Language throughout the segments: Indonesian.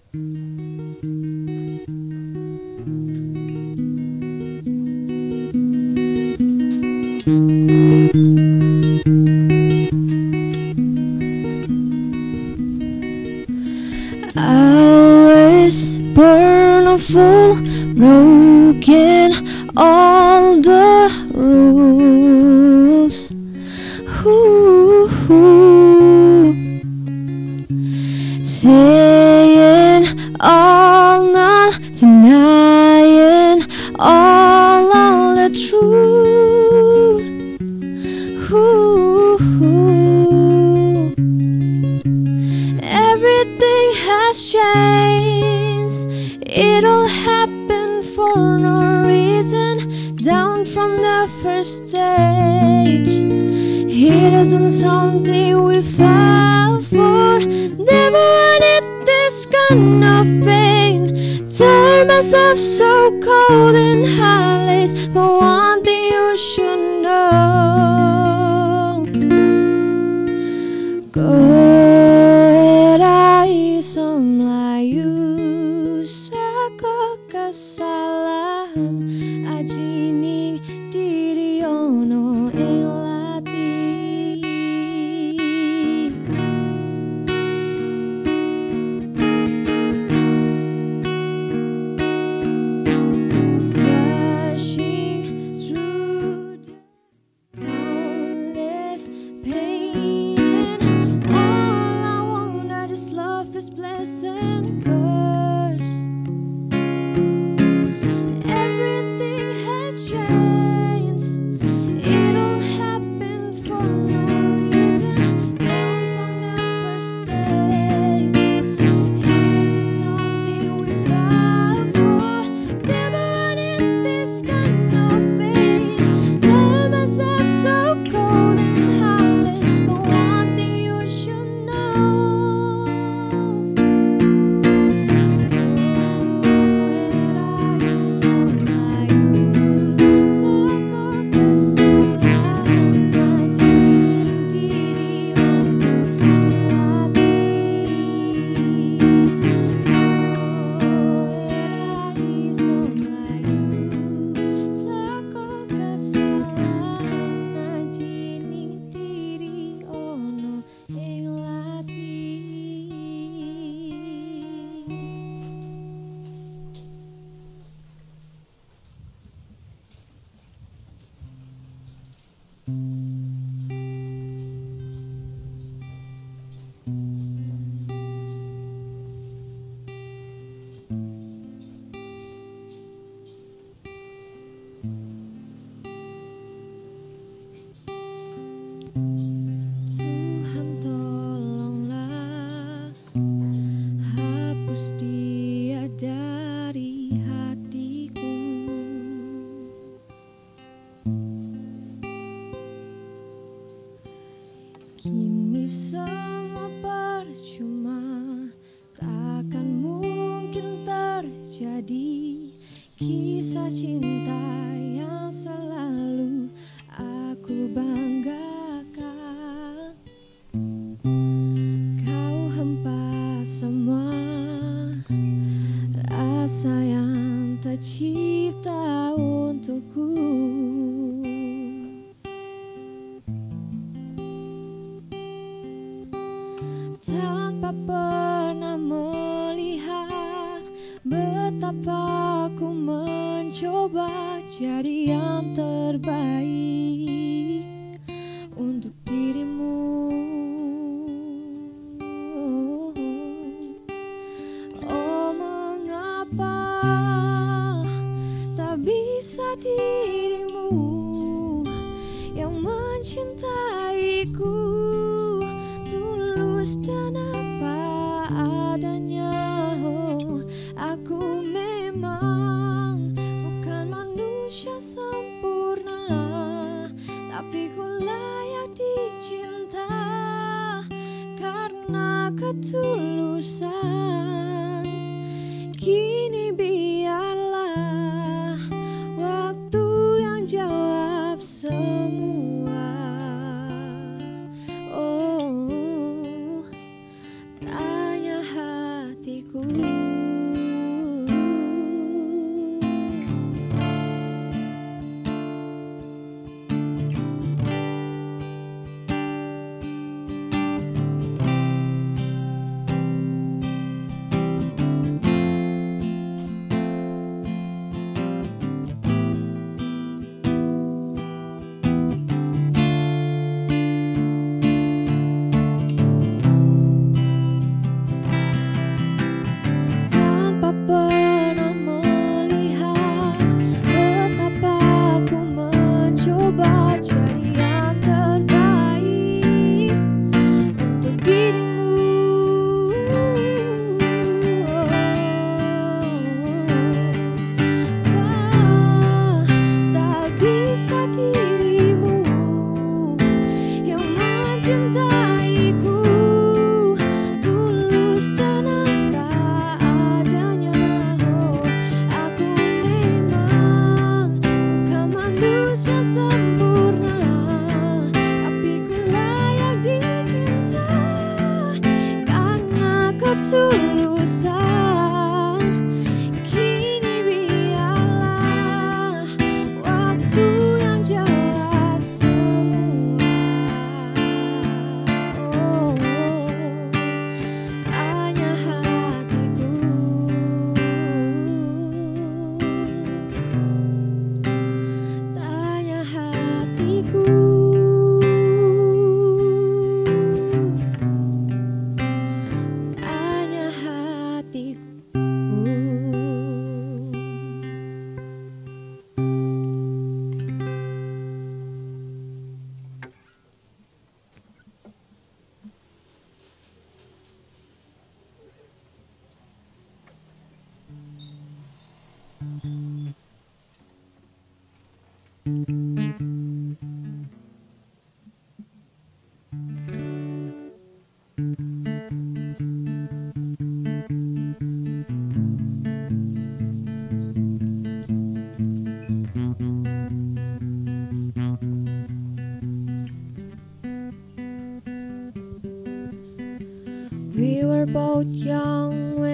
I was born a fool, broken all the rules. Ooh. Saying all, not denying all the truth. Ooh. Everything has changed. It all happened for no reason. Down from the first stage, it isn't something we fell for. Never wanted this kind of pain. Tell myself so cold and heartless, but one thing you should know. Kowe som layu saka kesalahan ajining diri ono ing lati. Rushing through the countless pain, and all I want that is love is blessing curse. Everything has changed. It all happened for no reason. Down from the first stage, it isn't something we fell for. Never wanted this kind of pain. Tell myself so cold and heartless, but one thing you should know. Tuhan tolonglah hapus dia dari hatiku. Kini semua percuma, takkan mungkin terjadi kisah cinta yang selalu aku banggakan. Kau hempas semua rasa yang tercipta untukku. Tanpa pernah melihat betapa aku mencoba jadi yang terbaik untuk dirimu. Oh, mengapa tak bisa dirimu yang mencintaiku tulus dan apa adanya. Oh, aku memang bukan manusia sempurna, tapi ku layak dicinta karena ketulusan. Kini biarlah waktu yang jawab semua. Oh, tanya hatiku.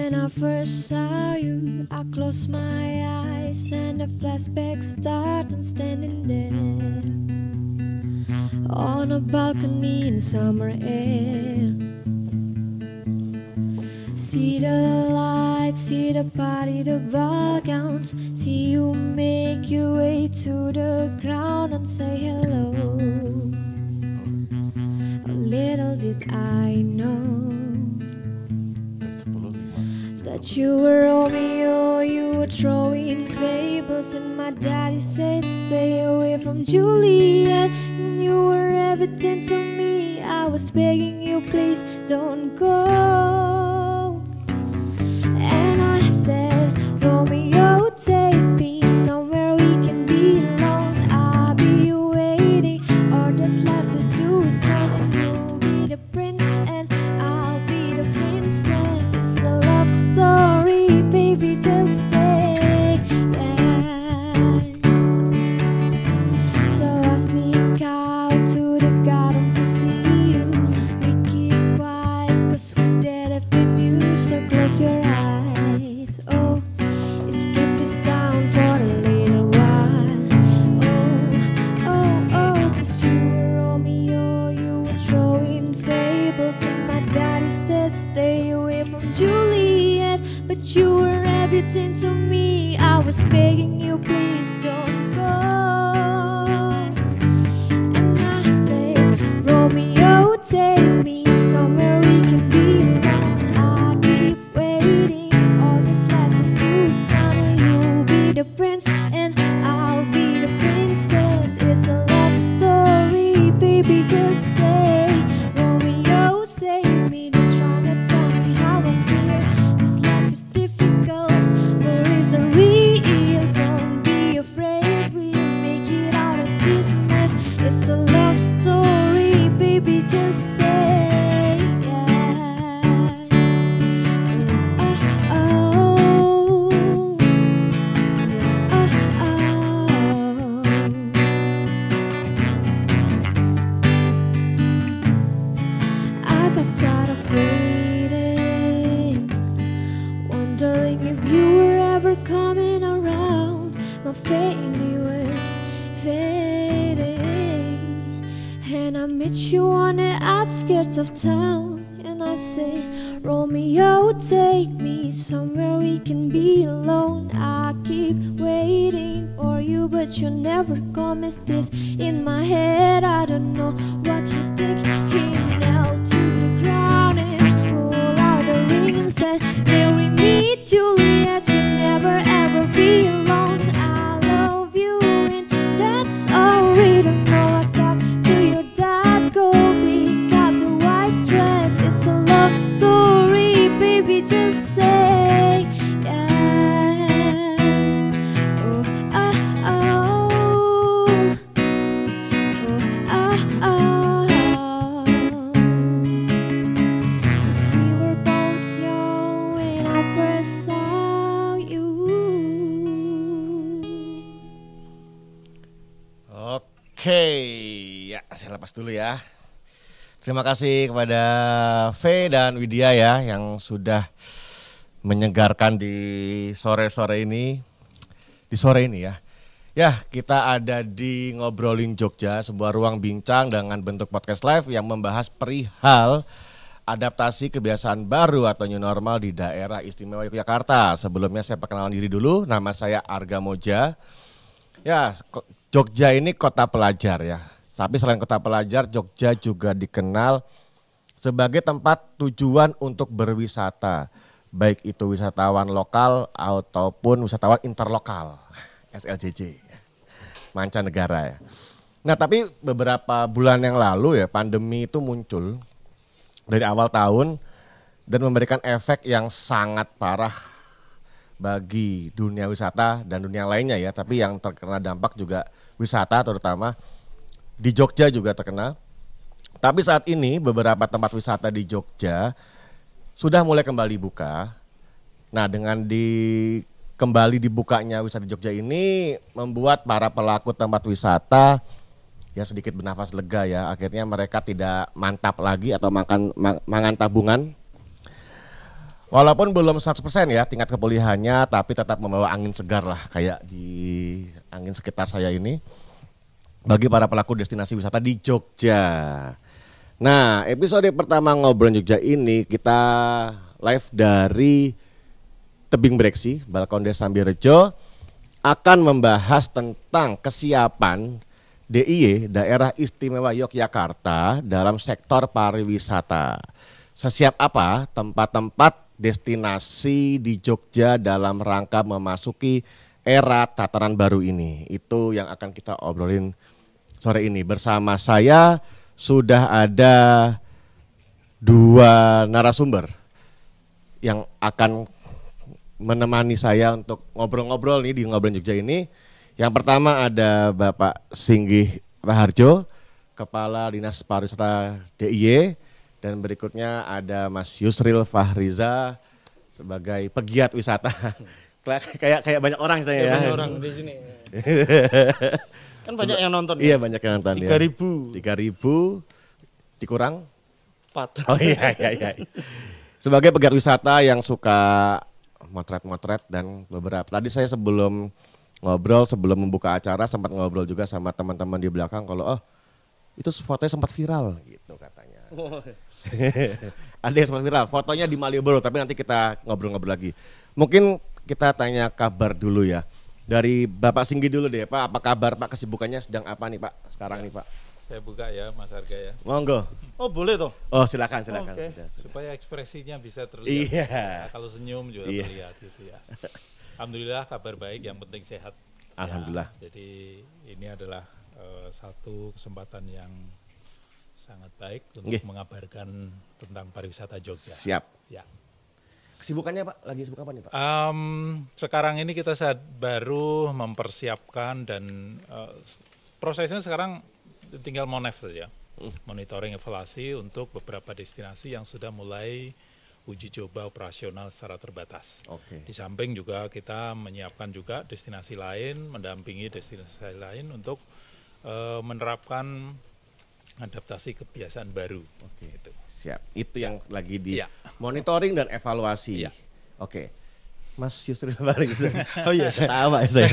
When I first saw you, I closed my eyes and the flashbacks started standing there on a balcony in summer air. See the lights, see the party, the ball gowns. See you make your way to the ground and say hello. Little did I know that you were Romeo, you were throwing fables, and my daddy said stay away from Juliet. And you were everything to me, I was begging you please don't go. And I said, Romeo, take me somewhere we can be alone. I'll be waiting, all that's left to do is run, and you'll be the prince and I'll be the princess. It's a love story, baby, just say yes. So I sneak out to the garden to see you. We keep quiet cause we're dead after you, so close your eyes. Oh, escape this town for a little while. Cause you were Romeo, you were throwing fables, and my daddy said stay away from Juliet. But you were everything to me, I was begging you please don't go. And I said, Romeo, take me somewhere we can be alone. I keep waiting, all that's left to do is run, and you'll be the prince and I'll be the princess. It's a love story, baby, just say Romeo, save me. Don't try to tell me how I feel. This life is difficult, there is a real. Don't be afraid, we'll make it out of this mess. It's a love story, baby, just say yes. I got tired of waiting, wondering if you were ever coming around. My faith in you was fading, and I met you on the outskirts of town. And I say, Romeo, take me somewhere we can be alone. I keep waiting for you, but you never come. Is this in my head? I don't know what you think. He knelt to the ground and pulled out the ring and said, marry me, Juliet, you'll never ever be alone. I love you and that's all. We don't know. I talk to your dad, go pick out the white dress. It's a love story, baby, just say yes. Oh, oh, oh. Oh, oh, oh. 'Cause we were both young when I first saw you. Oke, ya saya lepas dulu ya. Terima kasih kepada V dan Widya ya yang sudah menyegarkan di sore-sore ini. Di sore ini ya. Ya, kita ada di Ngobrolin Jogja, sebuah ruang bincang dengan bentuk podcast live yang membahas perihal adaptasi kebiasaan baru atau new normal di daerah istimewa Yogyakarta. Sebelumnya saya perkenalan diri dulu, nama saya Arga Moja. Ya, Jogja ini kota pelajar ya. Tapi selain kota pelajar, Jogja juga dikenal sebagai tempat tujuan untuk berwisata. Baik itu wisatawan lokal ataupun wisatawan interlokal, SLJJ, mancanegara ya. Nah tapi beberapa bulan yang lalu ya pandemi itu muncul dari awal tahun dan memberikan efek yang sangat parah bagi dunia wisata dan dunia lainnya ya. Tapi yang terkena dampak juga wisata terutama di Jogja juga terkena. Tapi saat ini beberapa tempat wisata di Jogja sudah mulai kembali buka. Nah dengan kembali dibukanya wisata di Jogja ini membuat para pelaku tempat wisata ya sedikit bernafas lega ya. Akhirnya mereka tidak mantap lagi atau mangan tabungan Walaupun belum 100% ya tingkat kepulihannya, tapi tetap membawa angin segar lah kayak di angin sekitar saya ini bagi para pelaku destinasi wisata di Jogja. Nah, episode pertama Ngobrol Jogja ini kita live dari Tebing Breksi, Balkon Desa Sambirejo, akan membahas tentang kesiapan DIY Daerah Istimewa Yogyakarta dalam sektor pariwisata. Sesiap apa tempat-tempat destinasi di Jogja dalam rangka memasuki era tataran baru ini. Itu yang akan kita obrolin sore ini. Bersama saya sudah ada dua narasumber yang akan menemani saya untuk ngobrol-ngobrol nih di Ngobrol Jogja ini. Yang pertama ada Bapak Singgih Raharjo, Kepala Dinas Pariwisata DIY. Dan berikutnya ada Mas Yusril Fahriza sebagai pegiat wisata. kayak banyak orang saya ya. Banyak orang di sini. Kan banyak yang nonton. Iya, banyak yang nonton 3.000. 3.000 dikurang 4. Oh iya. Sebagai pegiat wisata yang suka motret-motret dan beberapa. Tadi saya sebelum membuka acara sempat ngobrol juga sama teman-teman di belakang kalau itu fotonya sempat viral gitu katanya. Ada yang sempat viral, fotonya di Malioboro, tapi nanti kita ngobrol-ngobrol lagi. Mungkin kita tanya kabar dulu ya. Dari Bapak Singgi dulu deh, Pak. Apa kabar Pak? Kesibukannya sedang apa nih Pak? Sekarang nih Pak. Saya buka ya Mas Harga ya. Monggo. Oh boleh toh? Oh silakan. Oke. Supaya ekspresinya bisa terlihat. Iya. Ya, kalau senyum juga terlihat gitu ya. Alhamdulillah kabar baik, yang penting sehat. Alhamdulillah. Ya, jadi ini adalah satu kesempatan yang sangat baik untuk mengabarkan tentang pariwisata Jogja. Siap. Ya. Kesibukannya Pak, lagi sibuk apa nih Pak? Sekarang ini kita baru mempersiapkan dan prosesnya sekarang tinggal monef saja, monitoring evaluasi untuk beberapa destinasi yang sudah mulai uji coba operasional secara terbatas. Oke. Di samping juga kita menyiapkan juga destinasi lain, mendampingi destinasi lain untuk menerapkan adaptasi kebiasaan baru. Oke. Gitu. Siap. Itu yang lagi di Iya. monitoring dan evaluasi. Iya. Oke. Mas Yusril Fahriza. Oh iya saya. Tahu saya.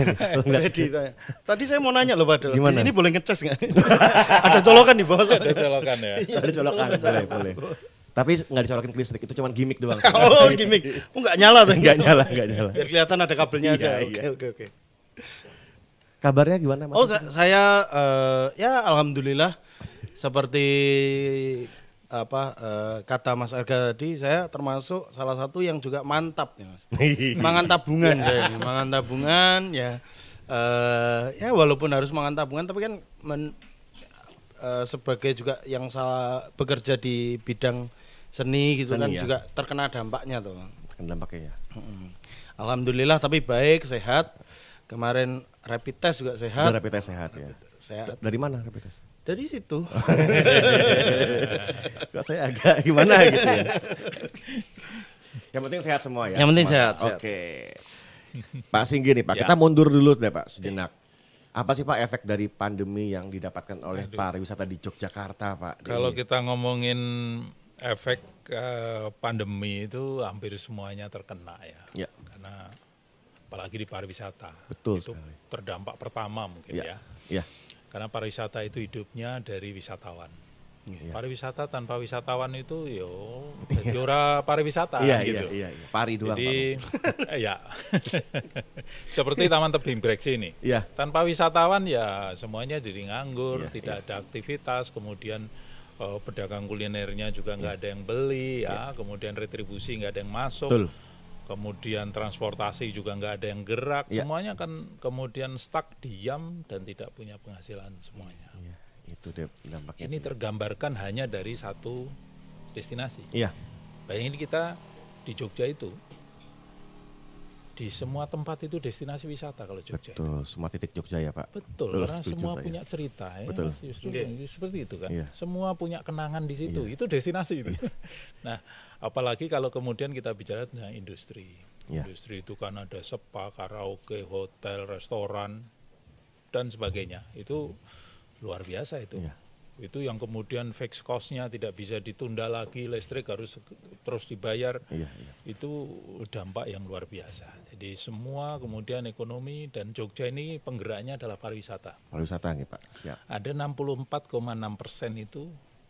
Tadi saya mau nanya loh Pak. Gimana? Di sini boleh ngecas nggak? Ada colokan di bawah. Ada colokan ya. Ada colokan, boleh. Tapi nggak dicolokin ke listrik, itu cuma gimmick doang. Oh gimmick. Oh nggak nyala tuh. Nggak nyala. Biar kelihatan ada kabelnya aja. Iya. Oke. Kabarnya gimana Mas? Oh saya ya alhamdulillah seperti kata Mas Arga tadi, saya termasuk salah satu yang juga mantap ya Mas. Mangan tabungan saya ini, mangan tabungan ya. Ya walaupun harus mangan tabungan tapi kan sebagai juga yang bekerja di bidang seni gitu kan ya. juga terkena dampaknya tuh. Terkena dampaknya ya. Alhamdulillah tapi baik, sehat. Kemarin rapid test juga sehat. Rapid test sehat ya. Sehat. Dari mana rapid test? Dari situ. Kok saya agak gimana gitu ya. Yang penting sehat semua ya. Yang penting sehat. Oke. Pak Singgi nih Pak, Ya. kita mundur dulu deh Pak sejenak. Apa sih Pak efek dari pandemi yang didapatkan oleh pariwisata di Yogyakarta Pak? Kalau kita ngomongin efek pandemi itu hampir semuanya terkena ya. Ya. Karena apalagi di pariwisata. Betul itu sekali. terdampak pertama mungkin ya. Ya. Karena pariwisata itu hidupnya dari wisatawan. Iya. Pariwisata tanpa wisatawan itu jadi ora pariwisata Iya, gitu. iya. Pari doang Jadi ya seperti Taman Tebing Breksi ini. Iya. Tanpa wisatawan ya semuanya jadi nganggur, Iya, tidak ada aktivitas, kemudian pedagang kulinernya juga nggak ada yang beli ya, kemudian retribusi nggak ada yang masuk. Betul. Kemudian transportasi juga nggak ada yang gerak, Ya. semuanya kan kemudian stuck, diam dan tidak punya penghasilan semuanya. Iya, itu deh dampaknya. Ini tergambarkan hanya dari satu destinasi. Iya. Bayangin kita di Jogja itu, di semua tempat itu destinasi wisata kalau Jogja. Betul, semua titik Jogja ya Pak. Betul, karena setuju semua saya. punya cerita ya. Betul. Mas Yusril, seperti itu kan. Iya. Semua punya kenangan di situ. Itu destinasi itu. Nah, apalagi kalau kemudian kita bicara tentang industri. Iya. Industri itu kan ada spa, karaoke, hotel, restoran dan sebagainya. Itu luar biasa itu. Iya. Itu yang kemudian fixed cost-nya tidak bisa ditunda lagi, listrik harus terus dibayar. Iya, iya. Itu dampak yang luar biasa. Jadi semua kemudian ekonomi, dan Jogja ini penggeraknya adalah pariwisata. Pariwisata nih Pak, siap. Ada 64,6% itu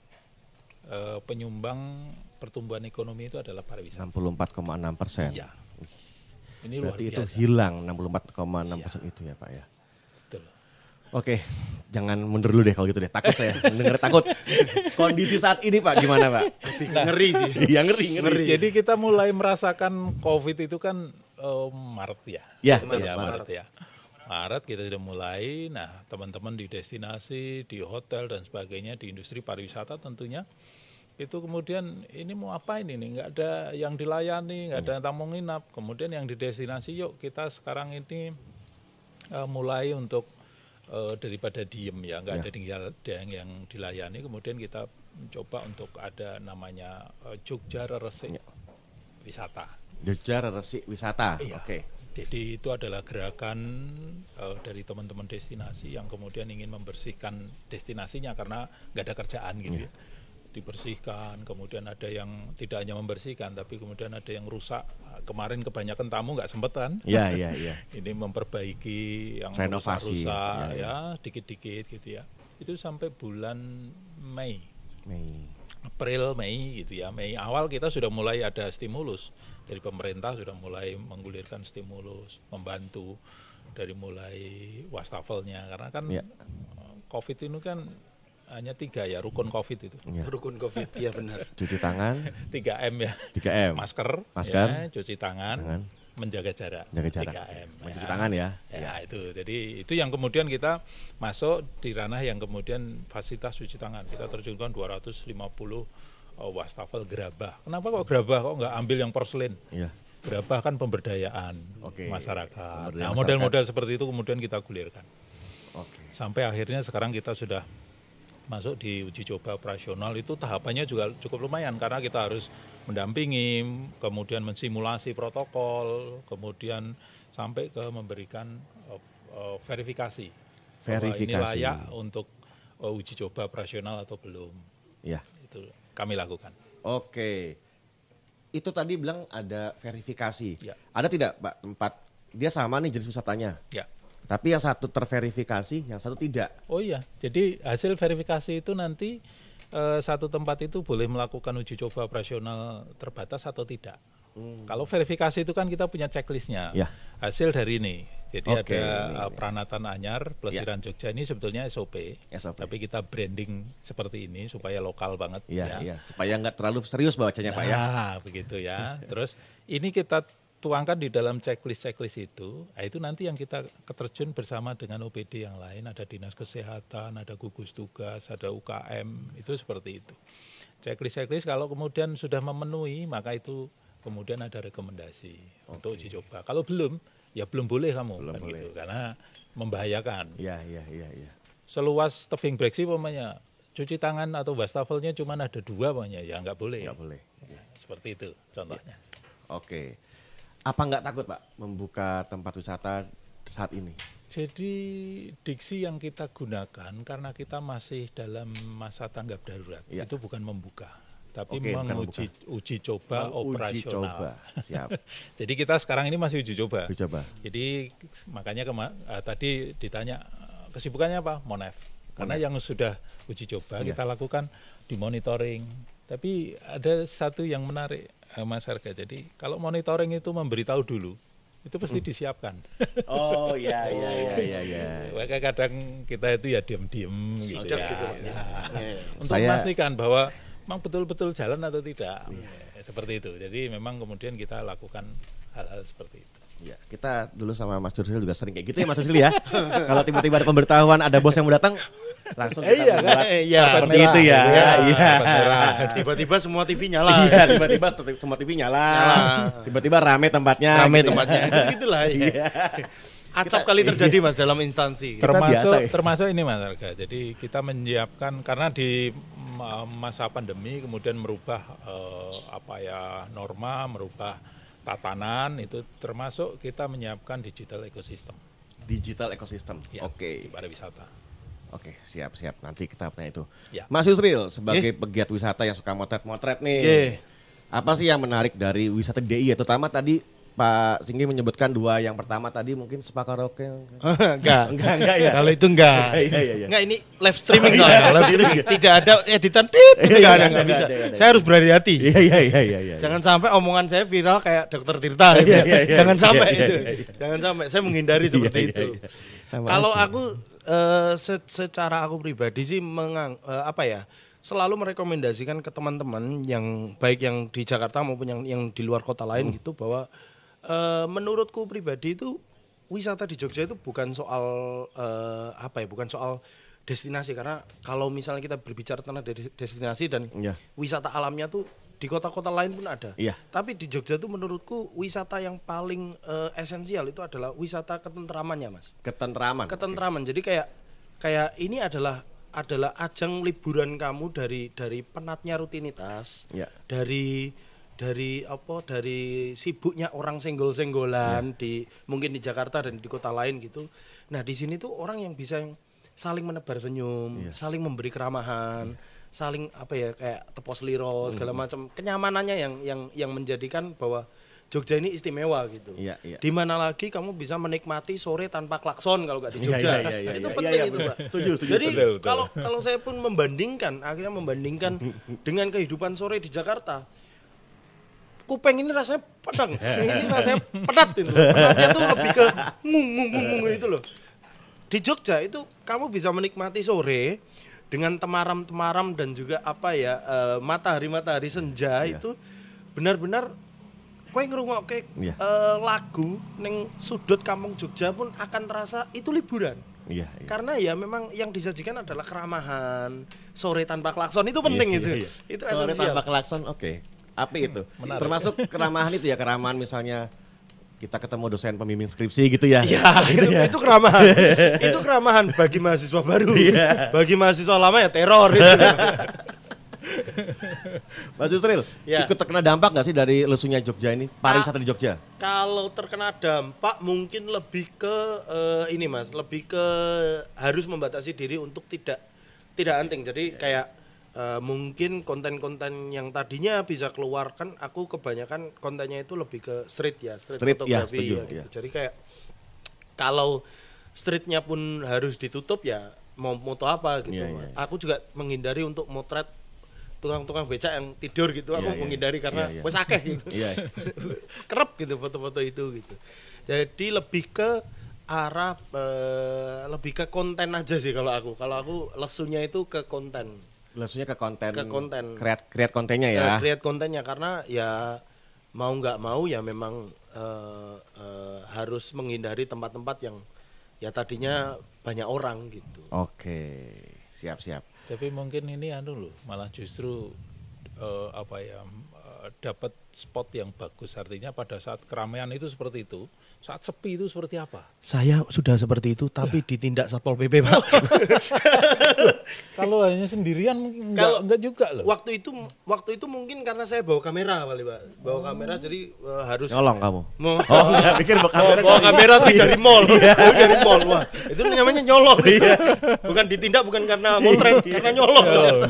penyumbang pertumbuhan ekonomi itu adalah pariwisata. 64,6%. Iya. Ini luar Berarti itu biasa. hilang 64,6% itu ya Pak ya. Betul. Oke, jangan mundur dulu deh kalau gitu deh. Takut saya, mendengar takut. Kondisi saat ini Pak gimana Pak? Ngeri sih. Iya ngeri. Jadi kita mulai merasakan COVID itu kan Maret ya. Ya, Maret ya. Maret kita sudah mulai. Nah, teman-teman di destinasi, di hotel dan sebagainya, di industri pariwisata tentunya itu kemudian ini mau apa ini nih? Nggak ada yang dilayani, nggak ada yang tamu nginap. Kemudian yang di destinasi, yuk kita sekarang ini mulai untuk daripada diem ya, nggak ada yang dilayani. Kemudian kita mencoba untuk ada namanya Jogja Resik Wisata. Jogja Resik Wisata. Iya. Oke. Jadi itu adalah gerakan dari teman-teman destinasi yang kemudian ingin membersihkan destinasinya karena nggak ada kerjaan gitu ya. Dibersihkan, kemudian ada yang tidak hanya membersihkan tapi kemudian ada yang rusak. Kemarin kebanyakan tamu nggak sempet kan? Iya. Ini memperbaiki yang Renovasi. rusak-rusak ya, dikit-dikit gitu ya. Itu sampai bulan Mei. April, Mei gitu ya. Mei awal kita sudah mulai ada stimulus dari pemerintah, sudah mulai menggulirkan stimulus, membantu dari mulai wastafelnya karena kan COVID ini kan hanya 3 ya, rukun COVID itu. Ya. Rukun COVID, iya benar. Cuci tangan, 3M ya. 3M. Masker, ya, cuci tangan, menjaga jarak. 3M. Mencuci tangan ya. Ya, itu. Jadi itu yang kemudian kita masuk di ranah yang kemudian fasilitas cuci tangan. Kita terjunkan 250 wastafel gerabah. Kenapa kok gerabah, kok nggak ambil yang porselin? Iya. Gerabah kan pemberdayaan masyarakat. Nah, model-model seperti itu kemudian kita gulirkan. Sampai akhirnya sekarang kita sudah masuk di uji coba operasional. Itu tahapannya juga cukup lumayan karena kita harus mendampingi, kemudian mensimulasi protokol, kemudian sampai ke memberikan verifikasi. Bahwa ini layak untuk uji coba operasional atau belum. Iya. Itu kami lakukan. Oke. Itu tadi bilang ada verifikasi. Ya. Ada tidak Pak tempat dia sama nih jenis wisatanya? Ya. Tapi yang satu terverifikasi, yang satu tidak. Oh iya, jadi hasil verifikasi itu nanti satu tempat itu boleh melakukan uji coba operasional terbatas atau tidak. Kalau verifikasi itu kan kita punya checklistnya. Ya. Hasil dari ini. Jadi Oke, ada Pranatan Anyar, Pelesiran Jogja ini sebetulnya SOP. Tapi kita branding seperti ini supaya lokal banget. Iya. Supaya nggak terlalu serius bacanya Pak ya. Begitu ya. Terus ini kita tuangkan di dalam checklist itu, itu nanti yang kita keterjun bersama dengan OPD yang lain, ada Dinas Kesehatan, ada gugus tugas, ada UKM, itu seperti itu. Checklist kalau kemudian sudah memenuhi, maka itu kemudian ada rekomendasi untuk uji coba. Kalau belum, ya belum boleh kamu, kan gitu, karena membahayakan. Iya. Seluas tebing breksi umpamanya, cuci tangan atau wastafelnya cuma ada 2 umpamanya, ya nggak boleh. Nggak boleh. Seperti itu contohnya. Oke. Apa nggak takut Pak membuka tempat wisata saat ini? Jadi diksi yang kita gunakan karena kita masih dalam masa tanggap darurat, itu bukan membuka, tapi uji coba operasional. Siap. Jadi kita sekarang ini masih uji coba. Jadi makanya tadi ditanya kesibukannya apa? Monef. Karena yang sudah uji coba kita lakukan di monitoring. Tapi ada satu yang menarik Mas Harga. Jadi kalau monitoring itu memberitahu dulu, itu pasti disiapkan. Oh iya. Maka kadang kita itu ya diam-diam gitu ya. Untuk Saya memastikan bahwa memang betul-betul jalan atau tidak. Seperti itu. Jadi memang kemudian kita lakukan hal-hal seperti itu. Ya, kita dulu sama Mas Dursil juga sering kayak gitu ya Mas Dursil ya. Kalau tiba-tiba ada pemberitahuan ada bos yang mau datang, langsung kita buat seperti itu ya. Iya. Tiba-tiba semua TV nyala. Iya, tiba-tiba semua TV nyala. Tiba-tiba rame tempatnya. Gitulah ya. Acap kali terjadi Mas dalam instansi. Termasuk ini Mas Harga. Jadi kita menyiapkan karena di masa pandemi kemudian merubah norma, merubah tatanan, itu termasuk kita menyiapkan digital ekosistem. Digital ekosistem. Ya, Oke. Pariwisata. Oke, siap. Nanti kita tanya itu. Ya. Mas Yusril, sebagai pegiat wisata yang suka motret-motret nih, apa sih yang menarik dari wisata DIY ya? Terutama tadi Pak Singgi menyebutkan 2 yang pertama tadi mungkin spa karaoke. Enggak ya. Kalau itu enggak. Iya. Enggak, ini live streaming soalnya. Live streaming. Tidak ada editan enggak bisa. Saya harus berhati-hati. Iya. Jangan sampai omongan saya viral kayak Dokter Tirta gitu. Jangan sampai itu. Jangan sampai, saya menghindari seperti itu. Kalau aku secara aku pribadi sih selalu merekomendasikan ke teman-teman yang baik yang di Jakarta maupun yang di luar kota lain gitu, bahwa menurutku pribadi itu wisata di Jogja itu bukan soal bukan soal destinasi, karena kalau misalnya kita berbicara tentang destinasi dan wisata alamnya tuh di kota-kota lain pun ada. Tapi di Jogja tuh menurutku wisata yang paling esensial itu adalah wisata ketentramannya, Mas. Ketentraman. Jadi kayak ini adalah ajang liburan kamu dari penatnya rutinitas, dari sibuknya orang senggol-senggolan mungkin di Jakarta dan di kota lain gitu. Nah, di sini tuh orang yang bisa saling menebar senyum, saling memberi keramahan, saling kayak tepos liro segala macam. Kenyamanannya yang menjadikan bahwa Jogja ini istimewa gitu. Di mana lagi kamu bisa menikmati sore tanpa klakson kalau nggak di Jogja. Itu penting itu, Pak. Setuju. Jadi kalau saya pun akhirnya membandingkan dengan kehidupan sore di Jakarta, kupeng ini rasanya pedang. Ini rasanya pedat itu. Pedatnya tuh lebih ke ngung itu loh. Di Jogja itu kamu bisa menikmati sore dengan temaram-temaram dan juga matahari senja itu benar-benar kowe ngrungokke lagu ning sudut kampung Jogja pun akan terasa itu liburan. Karena ya memang yang disajikan adalah keramahan, sore tanpa klakson itu penting itu. Itu esensial. Sore tanpa klakson, Apa itu? Menarik. Termasuk keramahan itu ya, keramahan misalnya kita ketemu dosen pembimbing skripsi gitu ya. Itu keramahan. Itu keramahan bagi mahasiswa baru. Bagi mahasiswa lama ya teror itu. Mas Yusril, ikut terkena dampak nggak sih dari lesunya Jogja ini, pariwisata di Jogja? Kalau terkena dampak mungkin lebih ke lebih ke harus membatasi diri untuk tidak hunting. Jadi kayak mungkin konten-konten yang tadinya bisa keluar, kan aku kebanyakan kontennya itu lebih ke street fotografi gitu. Jadi kayak kalau streetnya pun harus ditutup ya mau moto apa gitu. Aku juga menghindari untuk motret tukang-tukang becak yang tidur gitu, aku menghindari karena wes akeh gitu. Kerep gitu foto-foto itu gitu. Jadi lebih ke arah lebih ke konten aja sih kalau aku. Kalau aku lesunya itu ke konten. Lesunya ke konten. Create kontennya ya. Create kontennya karena ya mau nggak mau ya memang harus menghindari tempat-tempat yang ya tadinya banyak orang gitu. Oke, siap. Tapi mungkin ini malah justru dapat spot yang bagus, artinya pada saat keramaian itu seperti itu, saat sepi itu seperti apa? Saya sudah seperti itu tapi ditindak Satpol PP, Pak. Kalau hanya sendirian enggak juga loh. Waktu itu mungkin karena saya bawa kamera kali, Pak. Bawa kamera jadi harus nyolong kamu. Enggak pikir bawa kamera tapi dari mall. Dari mall. Wah, itu namanya nyolong. Bukan ditindak bukan karena motret, karena nyolong.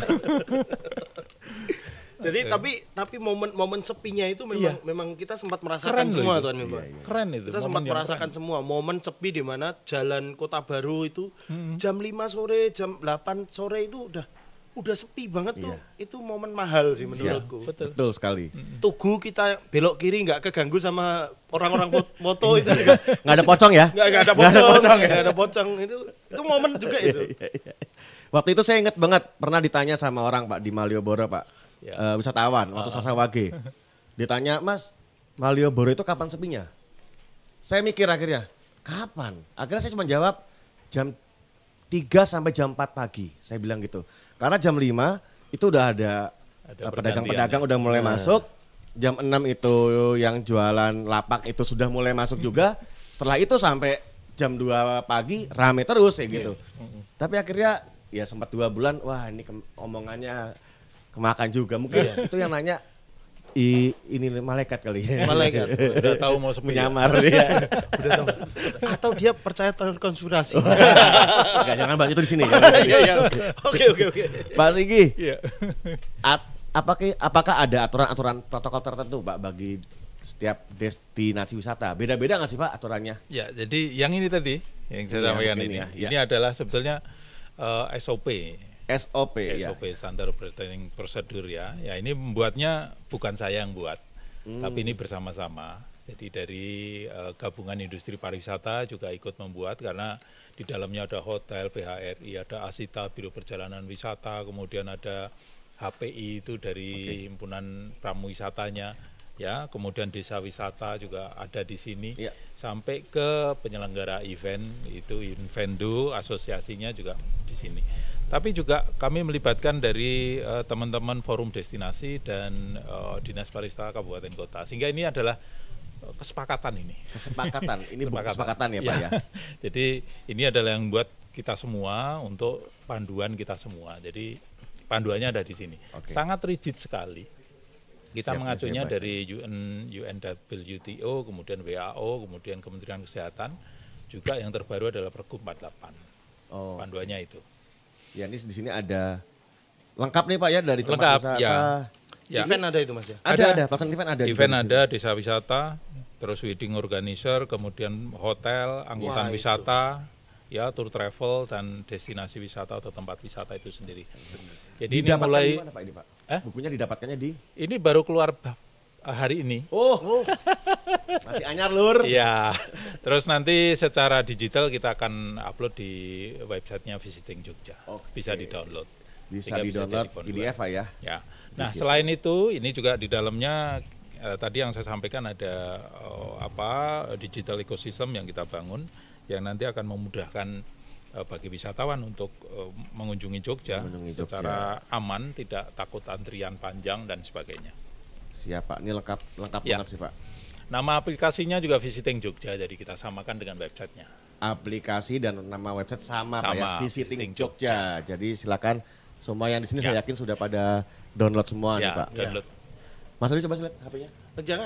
Jadi tapi momen sepinya itu memang kita sempat merasakan semua tuan Pak. Keren itu. Kita sempat merasakan semua momen sepi di mana jalan Kota Baru itu jam 5 sore, jam 8 sore itu udah sepi banget tuh. Itu momen mahal sih menurutku. Betul sekali. Tugu kita belok kiri nggak keganggu sama orang-orang foto itu. Nggak ada pocong ya? Nggak ada pocong. Itu momen juga itu. Waktu itu saya ingat banget pernah ditanya sama orang Pak di Malioboro Pak. Wisatawan waktu Sasa Wage. Ditanya, Mas, Malioboro itu kapan sepinya? Saya mikir akhirnya, kapan? Akhirnya saya cuma jawab jam 3 sampai jam 4 pagi. Saya bilang gitu. Karena jam 5 itu udah ada pedagang-pedagang udah mulai masuk. Jam 6 itu yang jualan lapak itu sudah mulai masuk juga. Setelah itu sampai jam 2 pagi rame terus ya gitu. Tapi akhirnya ya sempat 2 bulan, wah ini omongannya kemakan juga. Mungkin itu yang nanya ini malaikat kali ya. Malaikat. Udah tahu mau sepi. Menyamar dia. Udah tahu. Atau dia percaya terhadap konspirasi. Enggak, jangan Bang, itu di sini. Iya, iya. Oke. Pak Singgi, Iya. apakah ada aturan-aturan protokol tertentu Pak bagi setiap destinasi wisata? Beda-beda nggak sih Pak aturannya? Ya, jadi yang ini tadi yang saya sampaikan ini ini. ya, ya. Ini adalah sebetulnya SOP. SOP ya. SOP Standard Operating Procedure ya. Ya ini membuatnya bukan saya yang buat, tapi ini bersama-sama. Jadi dari gabungan industri pariwisata juga ikut membuat karena di dalamnya ada hotel, PHRI, ada Asita, Biro Perjalanan Wisata, kemudian ada HPI itu dari himpunan pramuwisatanya, ya, kemudian desa wisata juga ada di sini, Ya. sampai ke penyelenggara event itu Invendo, asosiasinya juga di sini. Tapi juga kami melibatkan dari teman-teman forum destinasi dan dinas pariwisata kabupaten kota, sehingga ini adalah kesepakatan ini. Ini bukan kesepakatan ya Pak ya. Jadi ini adalah yang buat kita semua untuk panduan kita semua. Jadi panduannya ada di sini. Oke. Sangat rigid sekali. Kita Siap, mengacunya siap, dari UNWTO, kemudian WHO, kemudian Kementerian Kesehatan, juga yang terbaru adalah Pergub 48. Oh. Panduannya itu. Ya ini di sini ada lengkap nih Pak ya dari tempat Lengkap, wisata. ya. Ya. Event ada itu Mas ya? Ada pelaksanaan event ada. Event juga di ada, desa wisata, terus wedding organizer, kemudian hotel, angkutan Wah, wisata, ya tour travel dan destinasi wisata atau tempat wisata itu sendiri. Jadi sini. ini Didapatkan mulai di mana Pak ini Pak? Bukunya didapatkannya di. ini baru keluar hari ini. Oh. Masih anyar Lur. Iya. Terus nanti secara digital kita akan upload di websitenya Visiting Jogja. Oke. Bisa di-download. Bisa Sehingga di-download jadi PDF Pak ya. Ya. Nah, selain itu, ini juga di dalamnya tadi yang saya sampaikan ada digital ecosystem yang kita bangun yang nanti akan memudahkan bagi wisatawan untuk mengunjungi Jogja secara aman, tidak takut antrian panjang dan sebagainya. Siap Pak, ini lengkap Ya. banget sih Pak. Nama aplikasinya juga Visiting Jogja, jadi kita samakan dengan websitenya. Aplikasi dan nama website sama Pak ya, Sama, Visiting Visiting Jogja. Jadi silakan semua yang di sini Ya. saya yakin sudah pada download semua nih Ya, Pak. download. Mas Rudi coba lihat HP-nya. Jangan.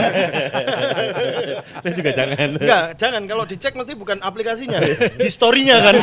Saya juga jangan. Enggak, jangan. Kalau dicek mesti bukan aplikasinya, historinya kan.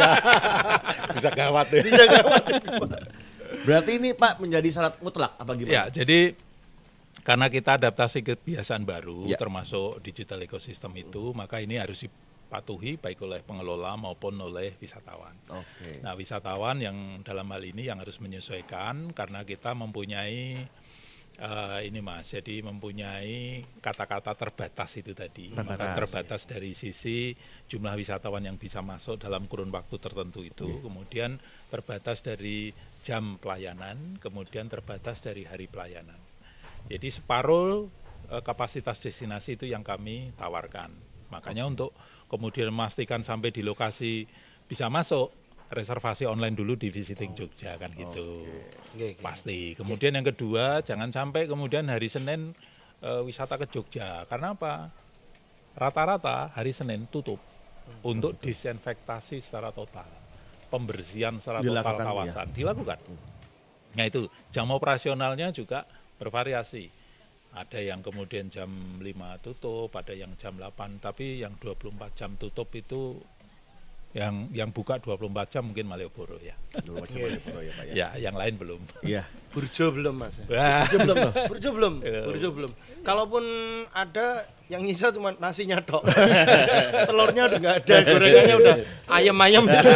Bisa gawat ya. Bisa gawat. Berarti ini Pak menjadi syarat mutlak apa gimana? Ya, jadi karena kita adaptasi kebiasaan baru, Ya. termasuk digital ecosystem itu, maka ini harus dipatuhi baik oleh pengelola maupun oleh wisatawan. Oke. Nah, wisatawan yang dalam hal ini yang harus menyesuaikan karena kita mempunyai ini Mas, jadi mempunyai kata-kata terbatas itu tadi. Maka terbatas dari sisi jumlah wisatawan yang bisa masuk dalam kurun waktu tertentu itu, kemudian terbatas dari jam pelayanan, kemudian terbatas dari hari pelayanan. Jadi separuh kapasitas destinasi itu yang kami tawarkan. Makanya untuk kemudian memastikan sampai di lokasi bisa masuk, reservasi online dulu di Visiting Jogja kan gitu. Oke. Pasti. Kemudian yang kedua, jangan sampai kemudian hari Senin wisata ke Jogja. Karena apa? Rata-rata hari Senin tutup untuk disinfektasi secara total. Pembersihan secara total Dilakukan, kawasan dilakukan. Nah itu jam operasionalnya juga bervariasi. Ada yang kemudian jam 5 tutup, ada yang jam 8, tapi yang 24 jam tutup itu yang buka 24 jam mungkin Malioboro ya. Dulu macam Malioboro ya Pak ya. Ya, yang lain belum. Iya. Burjo belum Mas. Wah, Belum tuh. Burjo belum. Burjo belum. Kalaupun ada yang nyisa cuma nasinya tok. Telurnya udah nggak ada, gorengannya udah ayam-ayam gitu.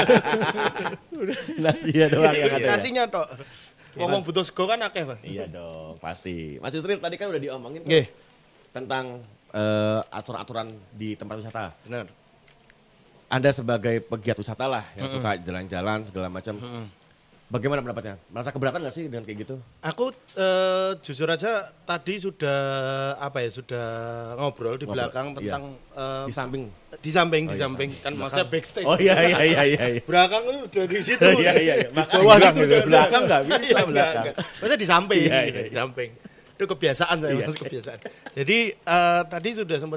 Nasi ya doang yang ada. ya? Nasinya tok. Ngomong butuh sego kan akeh, Pak. Iya dong, pasti. Mas Yusril tadi kan udah diomongin Pak, Nggih. tentang aturan-aturan di tempat wisata. Benar. Anda sebagai pegiat wisata lah yang suka jalan-jalan segala macam. Bagaimana pendapatnya? Merasa keberatan nggak sih dengan kayak gitu? Aku jujur aja tadi sudah sudah ngobrol di belakang iya. tentang Di samping. di samping kan maksudnya backstage. Oh iya. Belakang itu udah di situ. Iya. Di bawah situ jangan. Belakang nggak bisa Iya, belakang. enggak. Maksudnya di samping. Iya. Di samping. Itu kebiasaan saya, Iya. Mas, kebiasaan. Jadi tadi sudah sempat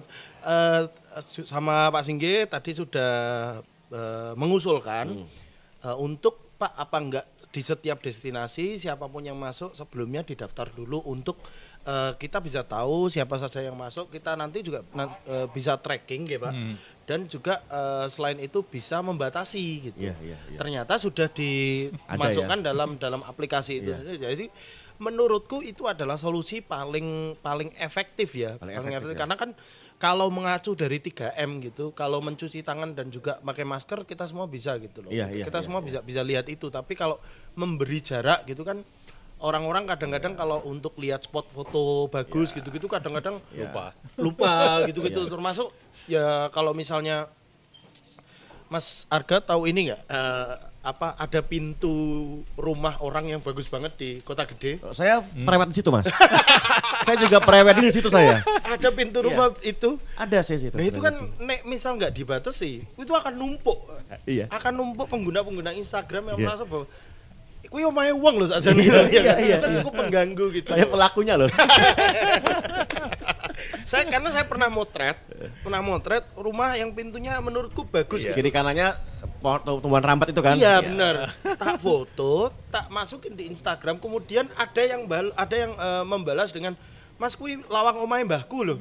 sama Pak Singgi tadi sudah mengusulkan untuk Pak apa enggak di setiap destinasi siapapun yang masuk sebelumnya didaftar dulu untuk kita bisa tahu siapa saja yang masuk. Kita nanti juga bisa tracking ya Pak. Dan juga selain itu bisa membatasi gitu. Ternyata sudah dimasukkan dalam aplikasi itu. Jadi menurutku itu adalah solusi paling efektif ya. Paling efektif. Karena kan kalau mengacu dari 3M gitu, kalau mencuci tangan dan juga pakai masker kita semua bisa gitu loh. Kita semua bisa lihat itu. Tapi kalau memberi jarak gitu kan, orang-orang kadang-kadang kalau untuk lihat spot foto bagus gitu-gitu kadang-kadang lupa gitu-gitu. Termasuk ya kalau misalnya Mas Arga tahu ini nggak ada pintu rumah orang yang bagus banget di kota gede? Saya prewed di situ Mas. Saya juga prewed di situ saya. Ada pintu rumah itu? Ada sih situ. Nah itu kan nek misal nggak dibatasi, itu akan numpuk. Akan numpuk pengguna-pengguna Instagram yang merasa bahwa kuwi omahe wong lho sakjane. Kan cukup mengganggu gitu. Saya pelakunya loh. Karena saya pernah motret rumah yang pintunya menurutku bagus. Kiri kanannya tumbuhan rambat itu kan? Iya benar. Tak foto, tak masukin di Instagram, kemudian ada yang membalas dengan Mas kuwi lawang omahe mbahku lho.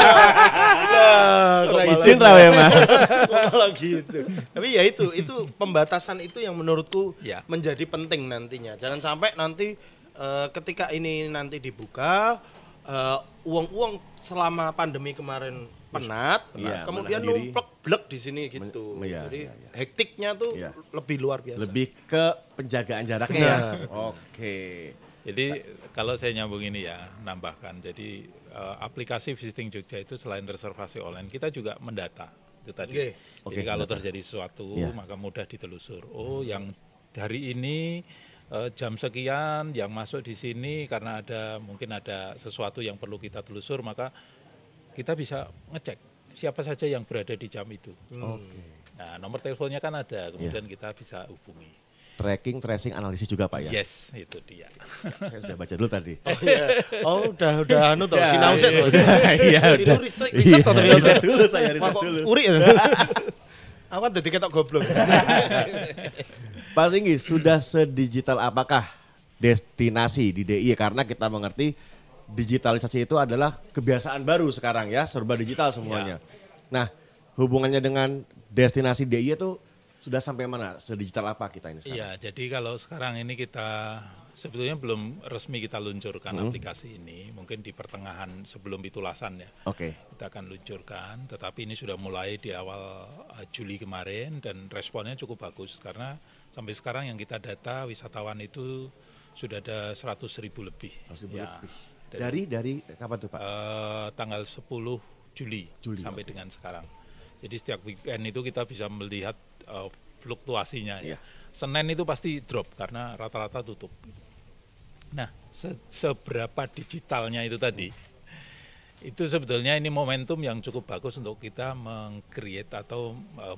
Ora izin ra ya Mas. Malah gitu. Tapi ya itu pembatasan itu yang menurutku menjadi penting nantinya. Jangan sampai nanti ketika ini nanti dibuka uang selama pandemi kemarin penat, kemudian numplek di sini gitu. Jadi hektiknya tuh lebih luar biasa. Lebih ke penjagaan jaraknya. Oke. Jadi kalau saya nyambung ini ya, nambahkan. Jadi aplikasi Visiting Jogja itu selain reservasi online, kita juga mendata itu tadi. Jadi kalau terjadi sesuatu maka mudah ditelusur. Oh, yang hari ini jam sekian yang masuk di sini karena mungkin ada sesuatu yang perlu kita telusur, maka kita bisa ngecek siapa saja yang berada di jam itu. Nah, nomor teleponnya kan ada, kemudian kita bisa hubungi. Tracking, tracing, analisis juga Pak ya? Yes, itu dia. Saya sudah baca dulu tadi. Udah anu toh, sinau set toh. Iya, udah. Riset toh ternyata. Riset dulu saya, riset dulu. Uri. Aku kan dadi ketok goblok. Pak Singgi, sudah sedigital apakah destinasi di DIY? Karena kita mengerti digitalisasi itu adalah kebiasaan baru sekarang ya, serba digital semuanya. Nah, hubungannya dengan destinasi DIY itu sudah sampai mana? Sedigital apa kita ini sekarang? Iya, jadi kalau sekarang ini kita sebetulnya belum resmi kita luncurkan aplikasi ini, mungkin di pertengahan sebelum pitulasan ya. Kita akan luncurkan, tetapi ini sudah mulai di awal Juli kemarin dan responnya cukup bagus karena sampai sekarang yang kita data wisatawan itu sudah ada 100.000 lebih. 100.000 lebih. Dari kapan tuh Pak? Tanggal 10 Juli sampai dengan sekarang. Jadi setiap weekend itu kita bisa melihat fluktuasinya ya. Senin itu pasti drop karena rata-rata tutup. Nah, seberapa digitalnya itu tadi, itu sebetulnya ini momentum yang cukup bagus untuk kita meng-create atau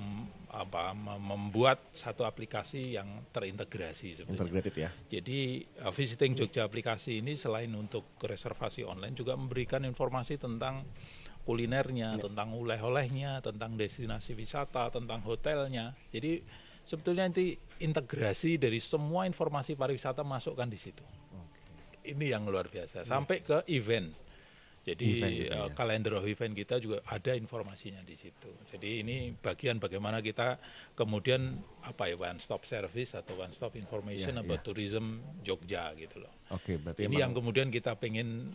membuat satu aplikasi yang terintegrasi sebetulnya. Integrated ya. Jadi Visiting Jogja aplikasi ini selain untuk reservasi online juga memberikan informasi tentang kulinernya, tentang oleh-olehnya, tentang destinasi wisata, tentang hotelnya. Jadi sebetulnya nanti integrasi dari semua informasi pariwisata masukkan di situ. Ini yang luar biasa. Sampai ke event. Jadi kalender of event kita juga ada informasinya di situ. Jadi ini bagian bagaimana kita kemudian one stop service atau one stop information about tourism Jogja gitu loh. Berarti ini yang kemudian kita pengen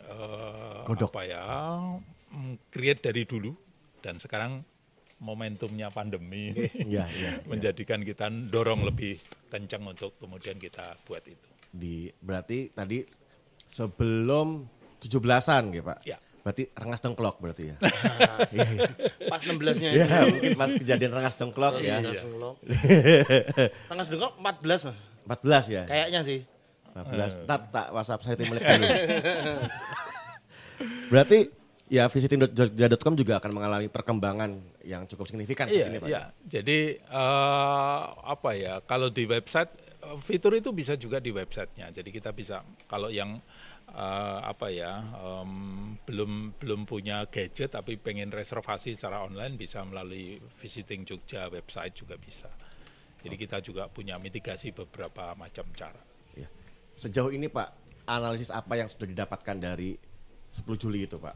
create dari dulu dan sekarang momentumnya pandemi menjadikan kita dorong lebih kencang untuk kemudian kita buat itu. Berarti tadi sebelum 17-an gitu Pak? Ya. Berarti rengas dengklok berarti ya? Pas 16-nya itu. Ya mungkin pas kejadian rengas dengklok ya. Rengas dengklok 14 Mas. 14 ya? Kayaknya sih. 14, tak WhatsApp saya timur kali. Berarti ya visiting.jogja.com juga akan mengalami perkembangan yang cukup signifikan ini Pak. Iya, jadi kalau di website fitur itu bisa juga di websitenya. Jadi kita bisa kalau yang belum punya gadget tapi pengen reservasi secara online bisa melalui Visiting Jogja website juga bisa. Jadi kita juga punya mitigasi beberapa macam cara. Sejauh ini Pak, analisis apa yang sudah didapatkan dari 10 Juli itu Pak?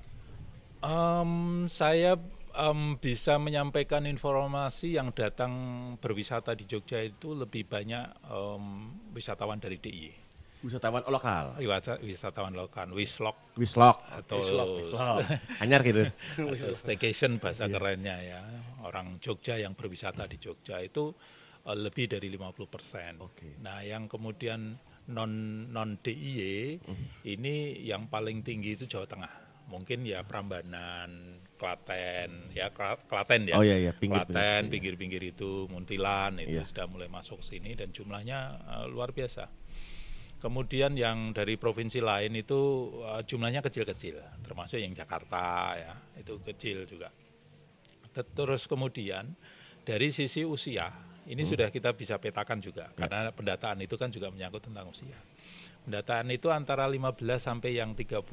Saya bisa menyampaikan informasi yang datang berwisata di Jogja itu lebih banyak wisatawan dari DIY. Wisatawan lokal. Wisatawan lokal, Wislok atau Anyar gitu. staycation bahasa kerennya ya. Orang Jogja yang berwisata di Jogja itu lebih dari 50%. Nah, yang kemudian non DIY ini yang paling tinggi itu Jawa Tengah. Mungkin ya Prambanan, Klaten, ya Klaten ya. Oh iya, Klaten, pinggir-pinggir itu, Muntilan itu sudah mulai masuk sini dan jumlahnya luar biasa. Kemudian yang dari provinsi lain itu jumlahnya kecil-kecil, termasuk yang Jakarta ya, itu kecil juga. Terus kemudian dari sisi usia, ini sudah kita bisa petakan juga, karena pendataan itu kan juga menyangkut tentang usia. Pendataan itu antara 15 sampai yang 30,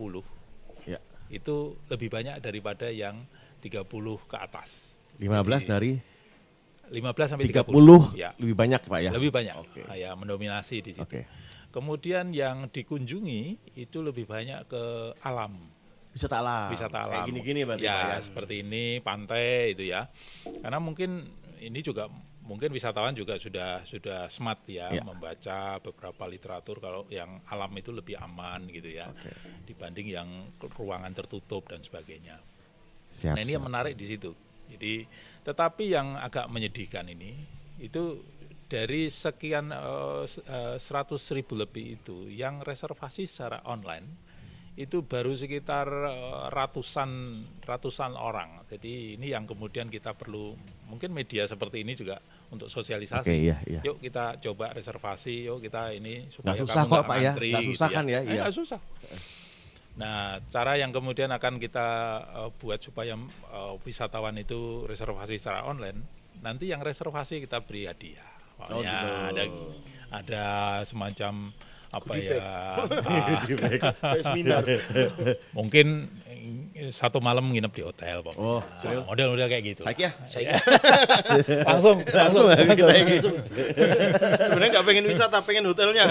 itu lebih banyak daripada yang 30 ke atas. 15 dari 15 sampai 30 ya. Lebih banyak Pak ya? Lebih banyak, ya mendominasi di situ. Kemudian yang dikunjungi itu lebih banyak ke alam. Wisata alam. Kayak gini-gini berarti ya, Pak ya? Seperti ini, pantai itu ya. Karena mungkin ini juga mungkin wisatawan juga sudah smart ya, membaca beberapa literatur kalau yang alam itu lebih aman gitu ya, dibanding yang ruangan tertutup dan sebagainya. Nah ini yang menarik di situ. Jadi tetapi yang agak menyedihkan ini itu dari sekian 100.000 lebih itu yang reservasi secara online itu baru sekitar ratusan orang. Jadi ini yang kemudian kita perlu, mungkin media seperti ini juga untuk sosialisasi. Yuk kita coba reservasi, yuk kita ini supaya susah kamu nggak ngantri. Nggak susah kan ya? Nggak susah. Nah, cara yang kemudian akan kita buat supaya wisatawan itu reservasi secara online, nanti yang reservasi kita beri hadiah. Ada semacam apa mungkin satu malam nginep di hotel model-model kayak gitu. Langsung sebenarnya nggak pengen wisata, pengen hotelnya.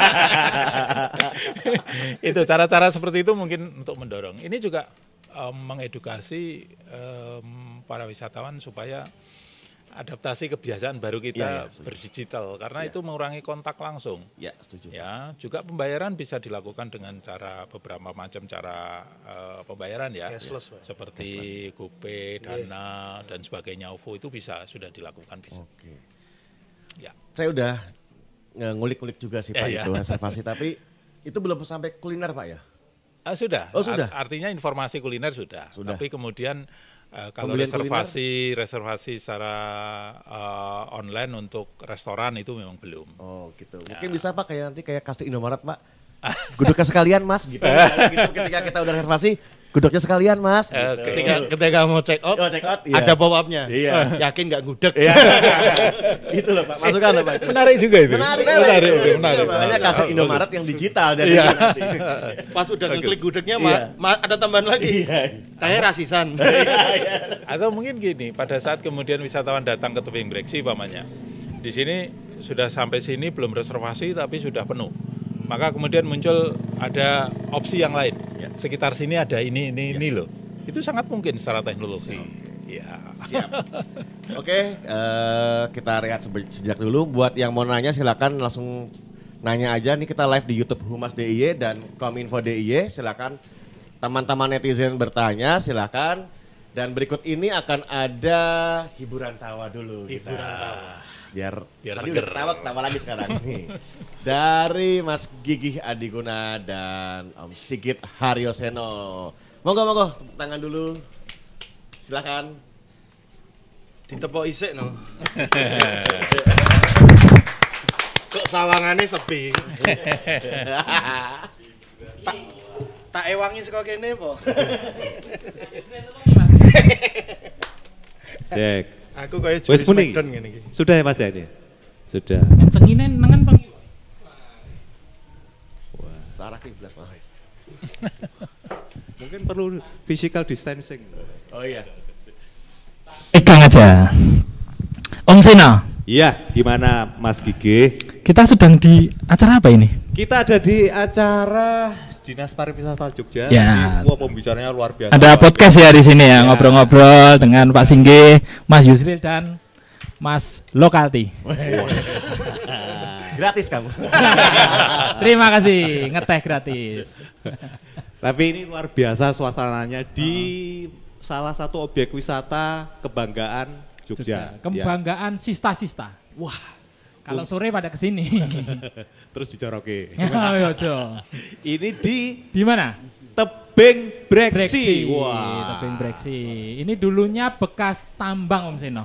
Itu cara-cara seperti itu mungkin untuk mendorong. Ini juga mengedukasi para wisatawan supaya adaptasi kebiasaan baru kita berdigital, karena itu mengurangi kontak langsung. Ya, setuju. Ya, juga pembayaran bisa dilakukan dengan cara beberapa macam cara pembayaran ya, seperti GoPay, Dana dan sebagainya, OVO itu sudah dilakukan bisa. Ya. Saya udah ngulik-ngulik juga sih Pak itu reservasi, tapi itu belum sampai kuliner Pak ya? Sudah. Sudah. Artinya informasi kuliner sudah. Tapi kemudian kalau reservasi secara online untuk restoran itu memang belum. Oh gitu. Mungkin bisa Pak kayak kasih Indomaret Pak. Guduknya sekalian Mas gitu. Ketika kita udah reservasi, guduknya sekalian Mas. Ketika mau check out ada pop-up-nya. Yakin nggak gudeg? Itu loh Pak, masukan loh Pak. Menarik juga itu. Menarik. Makanya kasih Indomaret yang digital dan pas udah ngeklik gudegnya ada tambahan lagi. Kayak rasisan. Atau mungkin gini, pada saat kemudian wisatawan datang ke tebing breksi umpamanya, di sini sudah sampai sini belum reservasi tapi sudah penuh. Maka kemudian muncul ada opsi yang lain. Sekitar sini ada ini loh. Itu sangat mungkin secara teknologi. Siap. Oke, kita rehat sejak dulu. Buat yang mau nanya silakan langsung nanya aja. Nih kita live di YouTube Humas DIY dan Kominfo DIY. Silakan teman-teman netizen bertanya, silakan. Dan berikut ini akan ada hiburan tawa dulu. Hiburan tawa. Biar seger. Tawa lagi sekarang nih. Dari Mas Gigih Adiguna dan Om Sigit Haryoseno. Monggo tepuk tangan dulu. Silakan. Ditepok isik no. Kok sawangannya sepi. Tak ewangi saka kene po. Cek. Aku kayak Joris Smackdown ngene iki. Sudah ya Mas ya ini? Sudah. Kencengine nangan Bang. Wah, sarah kiblat Mas. Mungkin perlu physical distancing. Oh iya. Pegang aja. Om Sena. Iya, gimana Mas Gigi? Kita sedang di acara apa ini? Kita ada di acara Dinas Pariwisata Jogja. Ya. Wah, pembicaranya luar biasa. Ada podcast ya di sini ya, Ya. ngobrol-ngobrol dengan Pak Singgi, Mas Yusril dan Mas Lokalti. Gratis kamu. Terima kasih, ngeteh gratis. Tapi ini luar biasa suasananya di salah satu objek wisata kebanggaan Jogja. Kebanggaan sista-sista. Wah, Kalau sore pada kesini. terus dicoroke. Ya, Jo. Ini Di mana? Tebing Breksi. Wah, Tebing Breksi. Ini dulunya bekas tambang Om Seno.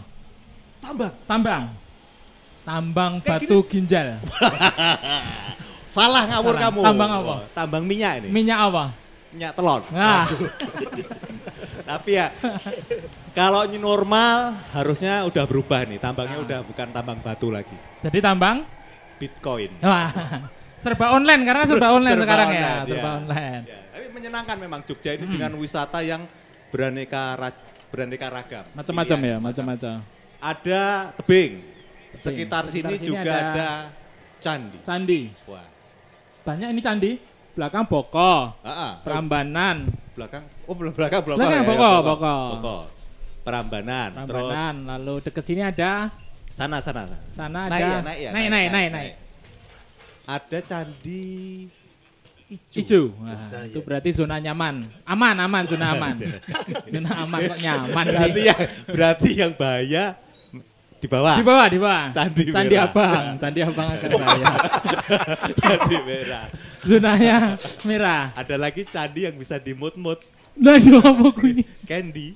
Tambang batu ginjal. Salah ngawur Salah. kamu. Tambang apa? Tambang minyak ini. Minyak apa? Minyak telon. Nah, Tapi ya kalau new normal harusnya udah berubah nih. Tambangnya udah bukan tambang batu lagi. jadi tambang? Bitcoin. Wah, serba online karena serba online Serba sekarang ya, online, serba ya. online. Ya, tapi menyenangkan memang Jogja ini dengan wisata yang beraneka ragam. Macam-macam Pilihan. ya, macam-macam. Ada tebing. Tebing. Sekitar sini sini juga ada candi. Candi. Wah. Banyak ini candi. Belakang Boko, Prambanan, Belakang. Oh, belakang Belakang ya, Boko. Prambanan. Terus Prambanan. Lalu dekat sini ada sana. sana Naik ada ya, naik. naik. Ada candi Ijo. Wah, itu berarti zona nyaman. Aman, zona aman. Zona aman kok nyaman sih. Berarti yang bahaya di bawah. Di bawah. Candi merah. Candi Abang akan saya. Candi merah. Zonanya merah. Ada lagi candi yang bisa dimut-mut. Lah yo apa kuwi? Candy.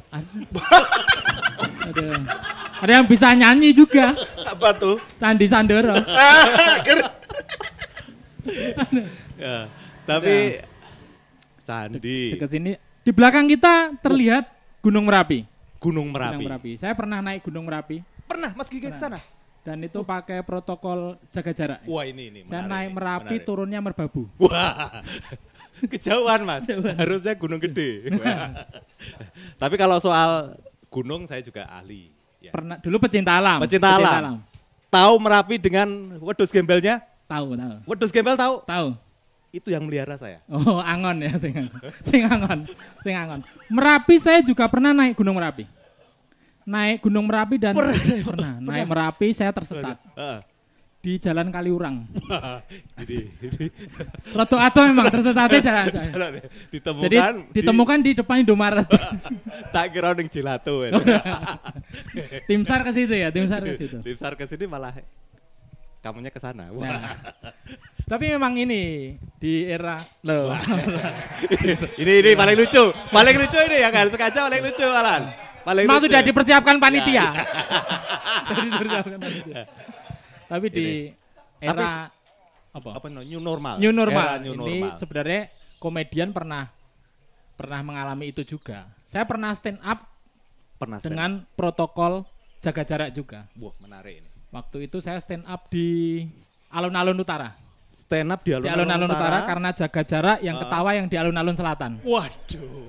Ada yang bisa nyanyi juga. Apa tuh? Candi Sandoro. Ya, tapi candi Dekat sini di belakang kita terlihat Gunung Merapi. Gunung Gunung Merapi. Merapi. Saya pernah naik Gunung Merapi Pernah Mas Gigi ke sana? dan itu pakai protokol jaga jarak. Wah, ini Saya menarik naik nih, Merapi menarik. turunnya Merbabu. Wah. Kejauhan, Mas. Harusnya gunung gede. Tapi kalau soal gunung saya juga ahli. Ya. Pernah dulu pecinta alam. Pecinta alam. Tahu Merapi dengan wedhus gembelnya? Tahu. Wedhus gembel tahu? Tahu. Itu yang melihara saya. Oh, angon ya, sing angon. Merapi saya juga pernah naik Gunung Merapi. Naik Gunung Merapi dan pernah. Naik Merapi saya tersesat di Jalan Kaliurang. Jadi Roto atau memang tersesatnya jalan. ditemukan. Jadi ditemukan di depan Indomaret. Tak kira ning Gelato. Tim SAR ke situ ya, tim SAR ke situ. Tim SAR ke sini malah kamunya ke sana. Wah. Nah, tapi memang ini di era loh. ini paling lucu. Paling lucu ini ya kan, sengaja paling lucu Alan. Paling Memang lucu. sudah dipersiapkan panitia. Sudah dipersiapkan panitia. Tapi di era Apa new normal? New normal. Era new Ini normal. sebenarnya komedian pernah mengalami itu juga. Saya pernah stand up Pernah stand up. dengan protokol jaga jarak juga. Wah, menarik ini. Waktu itu saya stand up di alun-alun utara. Stand up di Di alun-alun utara karena jaga jarak yang ketawa yang di alun-alun selatan. Waduh.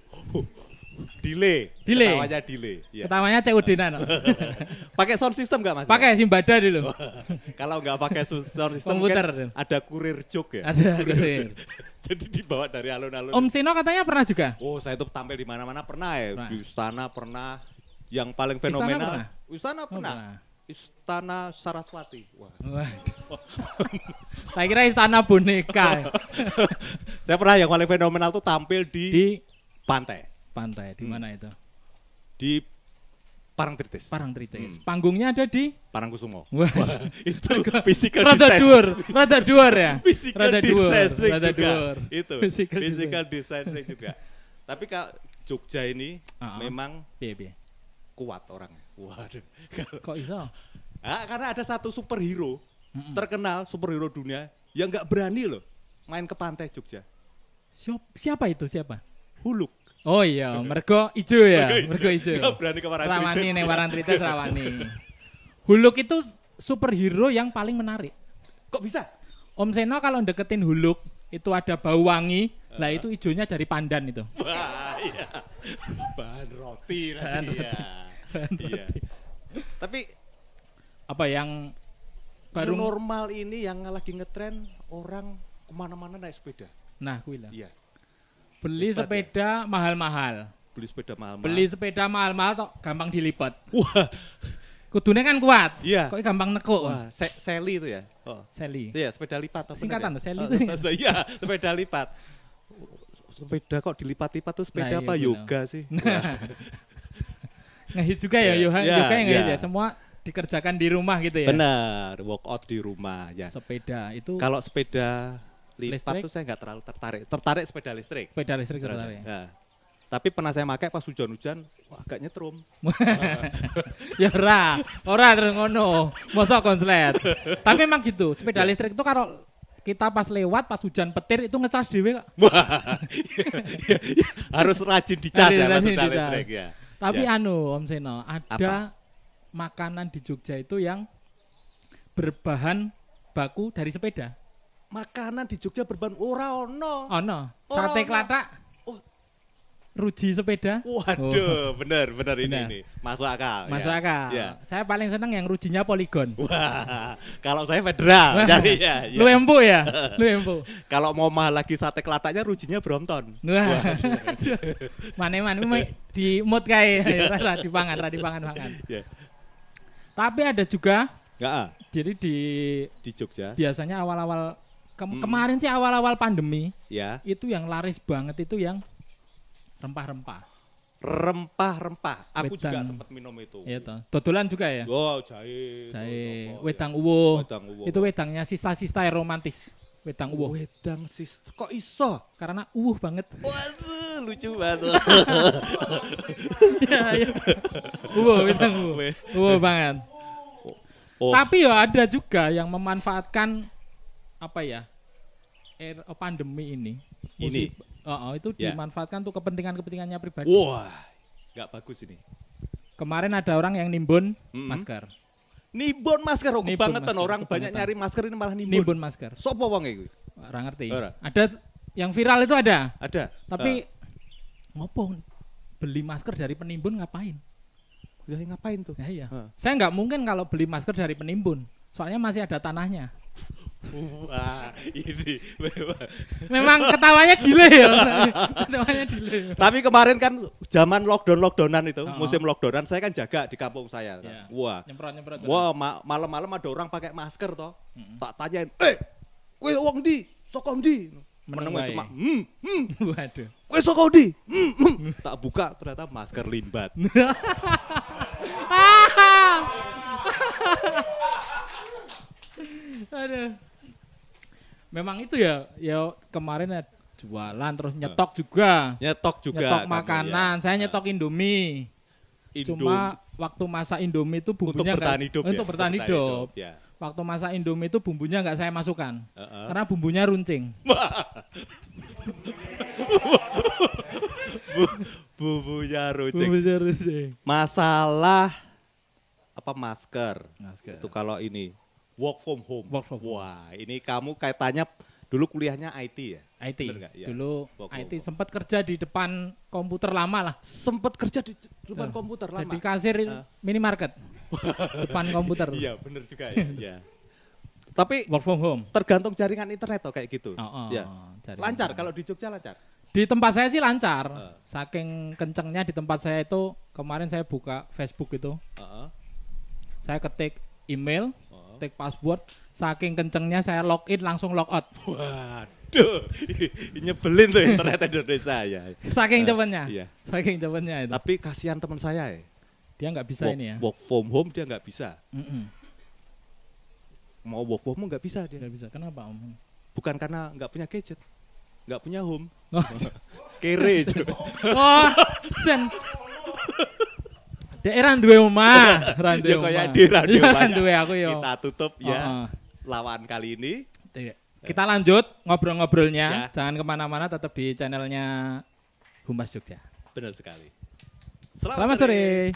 Delay. Delay. Ketawanya delay. Ya. Ketawanya COD-nan. Pakai sound system nggak Mas? Pakai Simbada dulu. Kalau nggak pakai sound system Komputer. mungkin ada kurir joke ya. Ada kurir. Jadi dibawa dari alun-alun. Om Seno katanya pernah juga. Oh, saya itu tampil di mana-mana pernah ya. Pernah. Di istana pernah. Yang paling Istana fenomenal. pernah? Istana Oh, pernah. pernah. Istana Saraswati. Wah. Waduh. Saya kira istana boneka Saya pernah yang paling fenomenal tuh tampil di di pantai. pantai. Di mana itu? Di Parangtritis. Parangtritis. Panggungnya ada di Parangkusumo. Wah, Itu physical rada distancing. dhuwur ya. Physical Rada dhuwur, distancing rada juga. dhuwur. Itu. Physical Physical distancing juga. Tapi Kak Jogja ini memang Piye. kuat orangnya. Waduh. Kok iso? Karena ada satu superhero terkenal superhero dunia yang nggak berani loh main ke pantai Jogja. Siapa itu? Siapa? Huluk. Oh iya, mergo ijo ya, mergo ijo. Nggak berani ke Parangtritis. Rawani ning Parangtritis rawani. Huluk itu superhero yang paling menarik. Kok bisa? Om Seno kalau deketin Huluk itu ada bau wangi, lah itu ijonya dari pandan itu. Wah, iya. Bahan roti. Bahan Iya. roti. Iya. Tapi Apa yang baru normal ini yang lagi ngetren orang kemana-mana naik sepeda. nah kuwi lah. Iya. Beli Hebat ya. sepeda mahal-mahal. Beli sepeda mahal-mahal. Beli sepeda mahal-mahal tok gampang dilipat. Wah, Kudune kan kuat. Iya. Kok gampang nekuk. wah, Sally itu ya. Oh. Sally. Iya, sepeda lipat. Singkatan tuh, Sally Oh, itu singkatan. Iya, sepeda lipat. Sepeda kok dilipat-lipat tuh sepeda Nah, apa? iya, Yoga sih. Ngehit juga ya, Iya, yoga iya, yoga yang ngehit iya. ya. Semua dikerjakan di rumah gitu ya. Benar, workout di rumah ya. Sepeda itu Kalau sepeda lipat Listrik? tuh saya nggak terlalu tertarik. Tertarik sepeda listrik. sepeda listrik tertarik. Nah, tapi pernah saya pakai pas hujan-hujan, wah, agak nyetrum. Ya ora terus ngono. Mosok konslet. Tapi memang gitu, sepeda listrik itu kalau kita pas lewat pas hujan petir itu ngecas dhewe kok. Wah, harus rajin dicas Harus ya mas rajin sepeda dicas. listrik ya. Tapi Ya. Om Seno, ada makanan di Jogja itu yang berbahan baku dari sepeda. Makanan di Jogja berbahan ora ono. Oh no, Ora sate ono. klatak. Oh. Ruji sepeda. Waduh, benar ini Benar. nih. Masuk akal. Masuk ya. akal. Ya. Saya paling seneng yang rujinya poligon. Wah, kalau saya federal. Jadi ya. Lu empuk ya? Lu empuk. Kalau mau mahal lagi sate kelataknya rujinya Brompton. Wah. Mane-mane di mood kae ra dipangan mangan. Ya. Tapi ada juga Enggak, jadi di Jogja. biasanya awal-awal kemarin sih awal-awal pandemi Ya. itu yang laris banget itu yang rempah-rempah. Rempah-rempah. Aku juga Wedang. sempat minum itu. Iya toh. Dodolan juga ya? Oh, jahe. Jahe, Oh, wedang uwo. Wedang uwo. Itu wedangnya sista-sista yang romantis. Wedang uwo. Wedang sis. Kok iso? Karena banget. Waduh, lucu banget. Iya, iya. Wedang uwo. Uwo banget. Oh, Tapi ya ada juga yang memanfaatkan apa ya? Pandemi ini. Ini? Itu Ya. dimanfaatkan untuk kepentingannya pribadi. wah, nggak bagus ini. Kemarin ada orang yang nimbun Mm-mm. masker. Nimbun masker, oh, Nimbun kebangetan masker, orang banyak kebangetan. nyari masker ini malah nimbun. Nimbun masker. Sopo wong iku? Ora ngerti. Ora. Ada yang viral itu ada. Ada. Tapi ngopo beli masker dari penimbun ngapain? Ya ngapain tuh? Ya iya. Heeh. Saya nggak mungkin kalau beli masker dari penimbun. Soalnya masih ada tanahnya. Wah, ini Memang ketawanya gile ya. Ketawanya gile. Tapi kemarin kan zaman lockdownan itu, Oh. musim lockdownan saya kan jaga di kampung saya. Iya. Wah, Nyemprot. wah malam-malam ada orang pakai masker toh. Tak tanyain, kowe wong ndi? Saka ndi? Meneng Meneng wae. cuma, Waduh. kowe saka ndi? Tak buka ternyata masker limbat. Aduh. Memang itu ya kemarin jualan terus nyetok juga. Nyetok juga. Nyetok kamu, makanan. ya. Saya nyetok Indomie. Cuma waktu masak Indomie itu untuk bumbunya bertahan hidup ya. untuk bertahan hidup. Ya. Waktu masak Indomie itu bumbunya nggak saya masukkan. Heeh. Karena bumbunya runcing. Bumbunya runcing. Bumbunya runcing. Masalah apa masker? Masker. Itu kalau ini work from home. Work from home. Wah, ini kamu kaitannya dulu kuliahnya IT ya? IT. Bener nggak? Ya. Dulu Work IT from home. sempat kerja di depan komputer lama lah. Sempet kerja di depan Tuh. komputer lama. Jadi kasir minimarket. Depan komputer. Iya, bener juga ya. Iya. Tapi Work from home. tergantung jaringan internet toh kayak gitu. Ya. Jaringan Lancar internet. kalau di Jogja lancar. Di tempat saya sih lancar. Heeh. Saking kencengnya di tempat saya itu kemarin saya buka Facebook itu, Heeh. saya ketik email, Heeh. ketik password, saking kencengnya saya login langsung logout. Waduh, nyebelin tuh internet Indonesia ya. Saking cepatnya. Iya. Saking cepatnya itu. Tapi kasihan teman saya ya. Dia nggak bisa ini ya. Work from home dia nggak bisa. Mm-mm. Mau work from home nggak bisa dia. Nggak bisa. Kenapa Om? Bukan karena nggak punya gadget, nggak punya home, Oh, kere. oh, sen. Daerah duwe omah, ra duwe Ya kayak omah. di radio Ya, banyak. duwe aku yo. Kita tutup ya Oh, oh. lawan kali ini. Kita lanjut ngobrol-ngobrolnya. Ya. Jangan kemana-mana, tetap di channelnya Humas Jogja. Benar sekali. Selamat sore.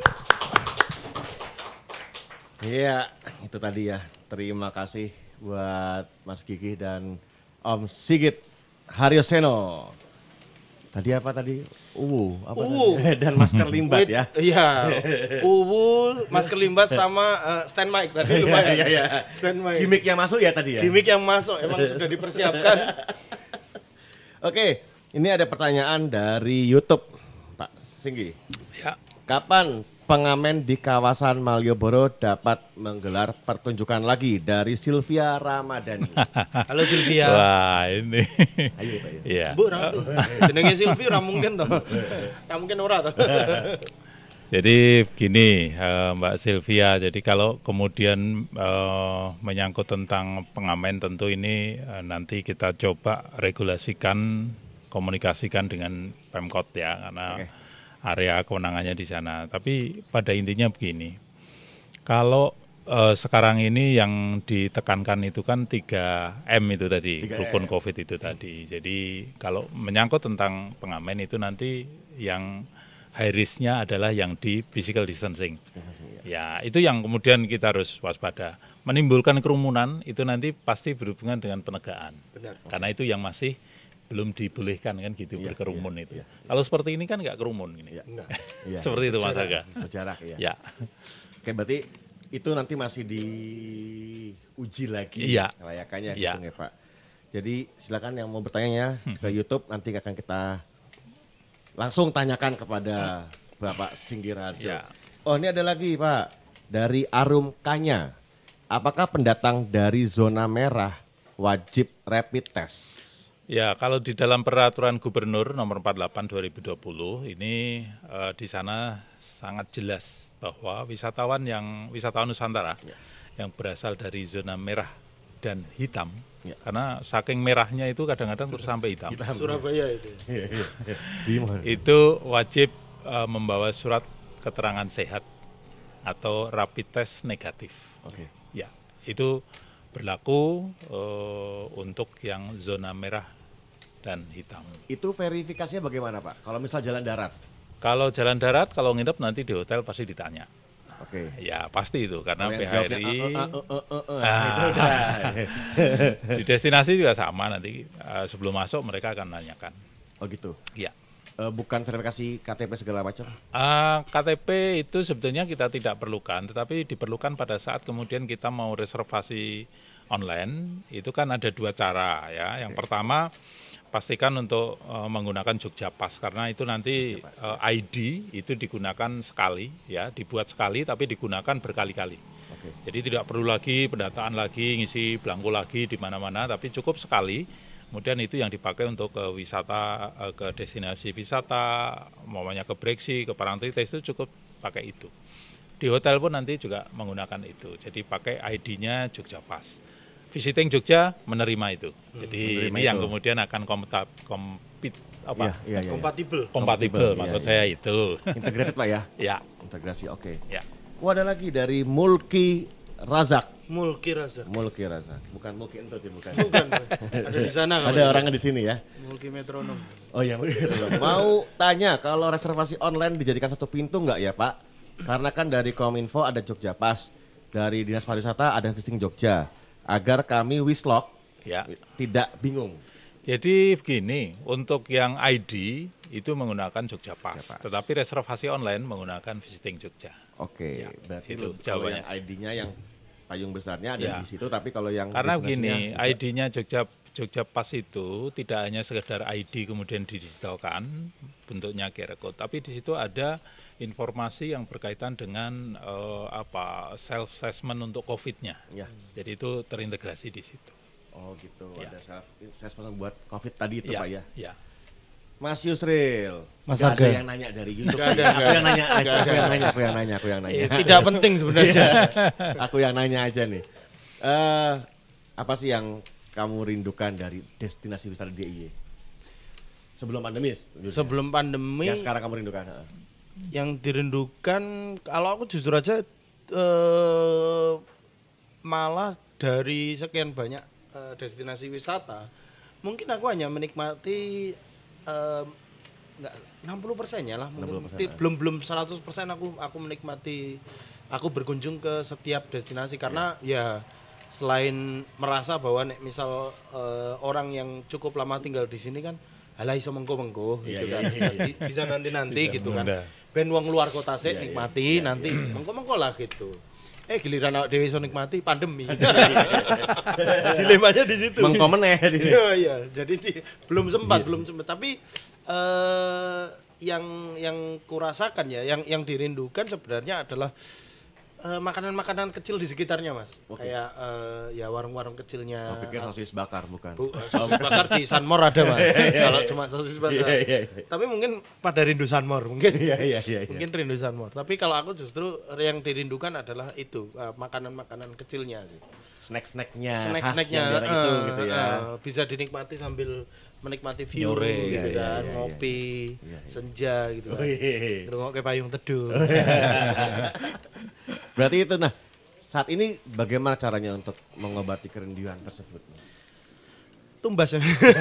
Iya, itu tadi ya. Terima kasih buat Mas Gigi dan Om Sigit Haryoseno. Tadi apa tadi? Apa Uwu. tadi? Dan masker limbat ya. Iya. Uwu, masker limbat sama stand mic tadi lumayan. Iya. Stand mic. Gimik yang masuk ya tadi ya. Gimik yang masuk emang sudah dipersiapkan. Oke, ini ada pertanyaan dari YouTube, Pak Singgi. Ya. Kapan pengamen di kawasan Malioboro dapat menggelar pertunjukan lagi dari Sylvia Ramadhani? Halo Sylvia. Wah, ini. Ayo Pak ya. Iya. Bu, jenenge Sylvia ora mungkin toh. Ora mungkin ora toh. Jadi begini Mbak Sylvia, jadi kalau kemudian menyangkut tentang pengamen tentu ini nanti kita coba regulasikan, komunikasikan dengan Pemkot ya, karena area kewenangannya di sana. Tapi pada intinya begini, kalau sekarang ini yang ditekankan itu kan 3M itu tadi, 3M. rukun COVID itu tadi. Jadi kalau menyangkut tentang pengamen itu nanti yang high risk-nya adalah yang di physical distancing. Ya, itu yang kemudian kita harus waspada. Menimbulkan kerumunan itu nanti pasti berhubungan dengan penegakan. Benar. Karena itu yang masih belum dibolehkan kan gitu berkerumun itu. Kalau seperti ini kan nggak kerumun ini. Enggak. Iya. Seperti itu Mas Aga. Berjarak ya. Ya. Oke, berarti itu nanti masih diuji lagi Iya. kelayakannya Iya. gitu ya Pak. Jadi silakan yang mau bertanya ke YouTube nanti akan kita langsung tanyakan kepada Bapak Singgi Rajo. Ya. Oh, ini ada lagi Pak dari Arum Kanya. Apakah pendatang dari zona merah wajib rapid test? Ya, kalau di dalam peraturan Gubernur nomor 48 2020 ini di sana sangat jelas bahwa wisatawan Nusantara yang berasal dari zona merah dan hitam, karena saking merahnya itu kadang-kadang terus sampai hitam. Surabaya itu. Itu wajib membawa surat keterangan sehat atau rapid test negatif. Oke. Ya, itu berlaku untuk yang zona merah dan hitam. Itu verifikasinya bagaimana Pak? Kalau misal jalan darat? Kalau jalan darat, kalau nginep nanti di hotel pasti ditanya. Oke. Ya pasti itu karena Kalau yang PHRI jawabnya, Ah. itu udah. di destinasi juga sama nanti sebelum masuk mereka akan nanyakan. Oh gitu. Ya. Bukan verifikasi KTP segala macam? KTP itu sebetulnya kita tidak perlukan, tetapi diperlukan pada saat kemudian kita mau reservasi online. Itu kan ada dua cara ya. Yang pertama pastikan untuk menggunakan Jogja Pass karena itu nanti ID itu digunakan sekali ya, dibuat sekali tapi digunakan berkali-kali. Oke. Jadi tidak perlu lagi pendataan lagi, ngisi belangko lagi di mana-mana, tapi cukup sekali. Kemudian itu yang dipakai untuk ke wisata, ke destinasi wisata, umpamanya ke Breksi, ke Parangtritis itu cukup pakai itu. Di hotel pun nanti juga menggunakan itu. Jadi pakai ID-nya Jogja Pass. Visiting Jogja menerima itu. Jadi menerima ini yang itu. kemudian akan Iya. Kompatibel. maksud iya. saya itu. Integrated Pak ya? Ya, Integrasi, oke. ya. Oh, ada lagi dari Mulki Razak. Mulki Razak. Mulki Razak, bukan Mulki Entut ya, bukan. Bukan. Ada di sana kalau Ada itu. orangnya di sini ya. Mulki Metronom. Oh iya, mau tanya kalau reservasi online dijadikan satu pintu nggak ya Pak? Karena kan dari Kominfo ada Jogja Pass, dari Dinas Pariwisata ada Visiting Jogja, agar kami Wislog Ya. tidak bingung. Jadi begini, untuk yang ID itu menggunakan Jogja Pass, tetapi reservasi online menggunakan Visiting Jogja. Oke, Ya, berarti itu kalau jawabannya. yang ID-nya yang payung besarnya ada Ya. di situ, tapi kalau yang Karena destinasinya begini, ID-nya Jogja Pass itu tidak hanya sekedar ID kemudian didigitalkan bentuknya QR code, tapi di situ ada informasi yang berkaitan dengan self assessment untuk COVID-nya. Ya. Jadi itu terintegrasi di situ. Oh gitu, Ya. ada self assessment buat COVID tadi itu Ya, Pak ya. ya. Mas Yusril, Mas nggak ada Arga. yang nanya dari YouTube. Nggak ada, Aku nggak yang ada. nanya, Nggak aku ada. yang nanya, aku yang nanya. Tidak penting sebenarnya. Aku yang nanya aja nih. Apa sih yang kamu rindukan dari destinasi wisata DIY? Sebelum pandemi. Sebelum pandemi Yang sekarang kamu rindukan. yang dirindukan kalau aku justru aja malah dari sekian banyak destinasi wisata mungkin aku hanya menikmati enggak 60% ya lah mungkin 60%, belum 100% aku menikmati aku berkunjung ke setiap destinasi karena ya selain merasa bahwa nek misal orang yang cukup lama tinggal di sini kan alah iso mengko-mengko Iya, gitu iya, kan. Bisa nanti-nanti gitu kan. menunda. Ben wong luar kota sih Iya, iya, nikmati iya, nanti mengko-mengko lah gitu. Giliran awak dhewe iso nikmati pandemi. Dilemanya di situ. Mengko meneh di sini. Iya, iya. Jadi belum sempat. Tapi yang kurasakan ya, yang dirindukan sebenarnya adalah makanan-makanan kecil di sekitarnya, Mas. Oke. Kayak ya warung-warung kecilnya. Aku pikir sosis bakar bukan. Sosis bakar di Sunmore ada, Mas. Kalau cuma sosis bakar. Iya. Tapi mungkin pada rindu Sunmore mungkin. Iya. Mungkin rindu Sunmore. Tapi kalau aku justru yang dirindukan adalah itu makanan-makanan kecilnya sih. Snack-snacknya. Snack-snacknya khas yang daerah itu gitu ya. bisa dinikmati sambil menikmati view Nyore, gitu iya, kan, iya, iya. ngopi, Iya, iya. senja gitu kan. Wih. Ngrungokke payung teduh. Berarti itu nah saat ini bagaimana caranya untuk mengobati kerinduan tersebut? Tumbas.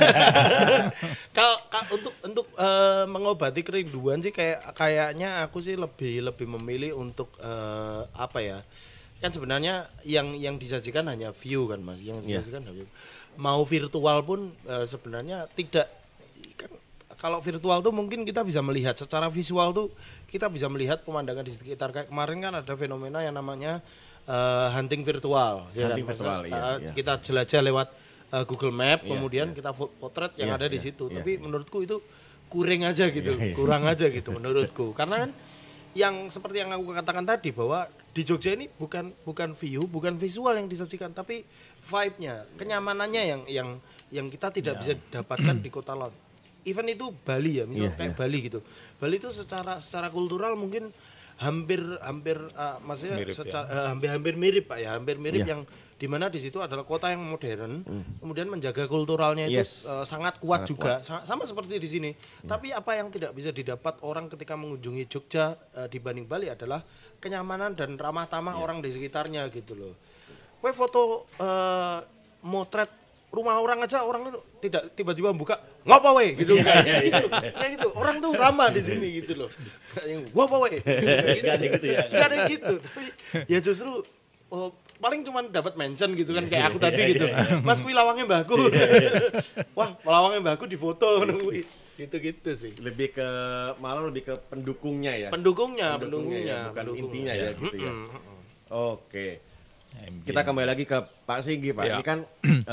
Kalau untuk mengobati kerinduan sih kayaknya aku sih lebih memilih untuk apa ya? Kan sebenarnya yang disajikan hanya view kan, Mas. Yang disajikan hanya view. Mau virtual pun sebenarnya tidak kan, kalau virtual tuh mungkin kita bisa melihat secara visual tuh kita bisa melihat pemandangan di sekitar. Kayak kemarin kan ada fenomena yang namanya hunting virtual, Hunting kan? virtual, Maksudnya, iya. Kita jelajah lewat Google Map, Iya, kemudian iya. kita potret yang Iya, ada di iya, situ. iya, Tapi iya. menurutku itu kurang aja gitu, Iya, iya. kurang aja gitu menurutku. Karena kan yang seperti yang aku katakan tadi bahwa di Jogja ini bukan view, bukan visual yang disajikan, tapi vibe-nya, kenyamanannya yang kita tidak bisa dapatkan di kota lain. Even itu Bali ya, misalnya Iya, kayak iya. Bali gitu. Bali itu secara kultural mungkin hampir maksudnya Mirip, hampir mirip Pak ya, hampir mirip Iya. yang dimana di situ adalah kota yang modern, kemudian menjaga kulturalnya itu Yes. sangat kuat Sangat juga, sama seperti di sini. Tapi apa yang tidak bisa didapat orang ketika mengunjungi Jogja dibanding Bali adalah kenyamanan dan ramah tamah orang di sekitarnya gitu loh. Kowe foto motret rumah orang aja orang itu tidak tiba-tiba buka ngopo we gitu kayak gitu orang tuh ramah di sini gitu loh yang ngopo we Nggak ada gitu ya. nggak ada gitu tapi ya justru paling cuma dapat mention gitu kan kayak aku tadi gitu Mas kuwi lawangnya mbahku wah lawangnya mbahku difoto gitu sih Malah lebih ke pendukungnya ya. pendukungnya ya, bukan pendukungnya. intinya ya gitu ya. Oke. Ambient. Kita kembali lagi ke Pak Singgi, Pak. Ya. Ini kan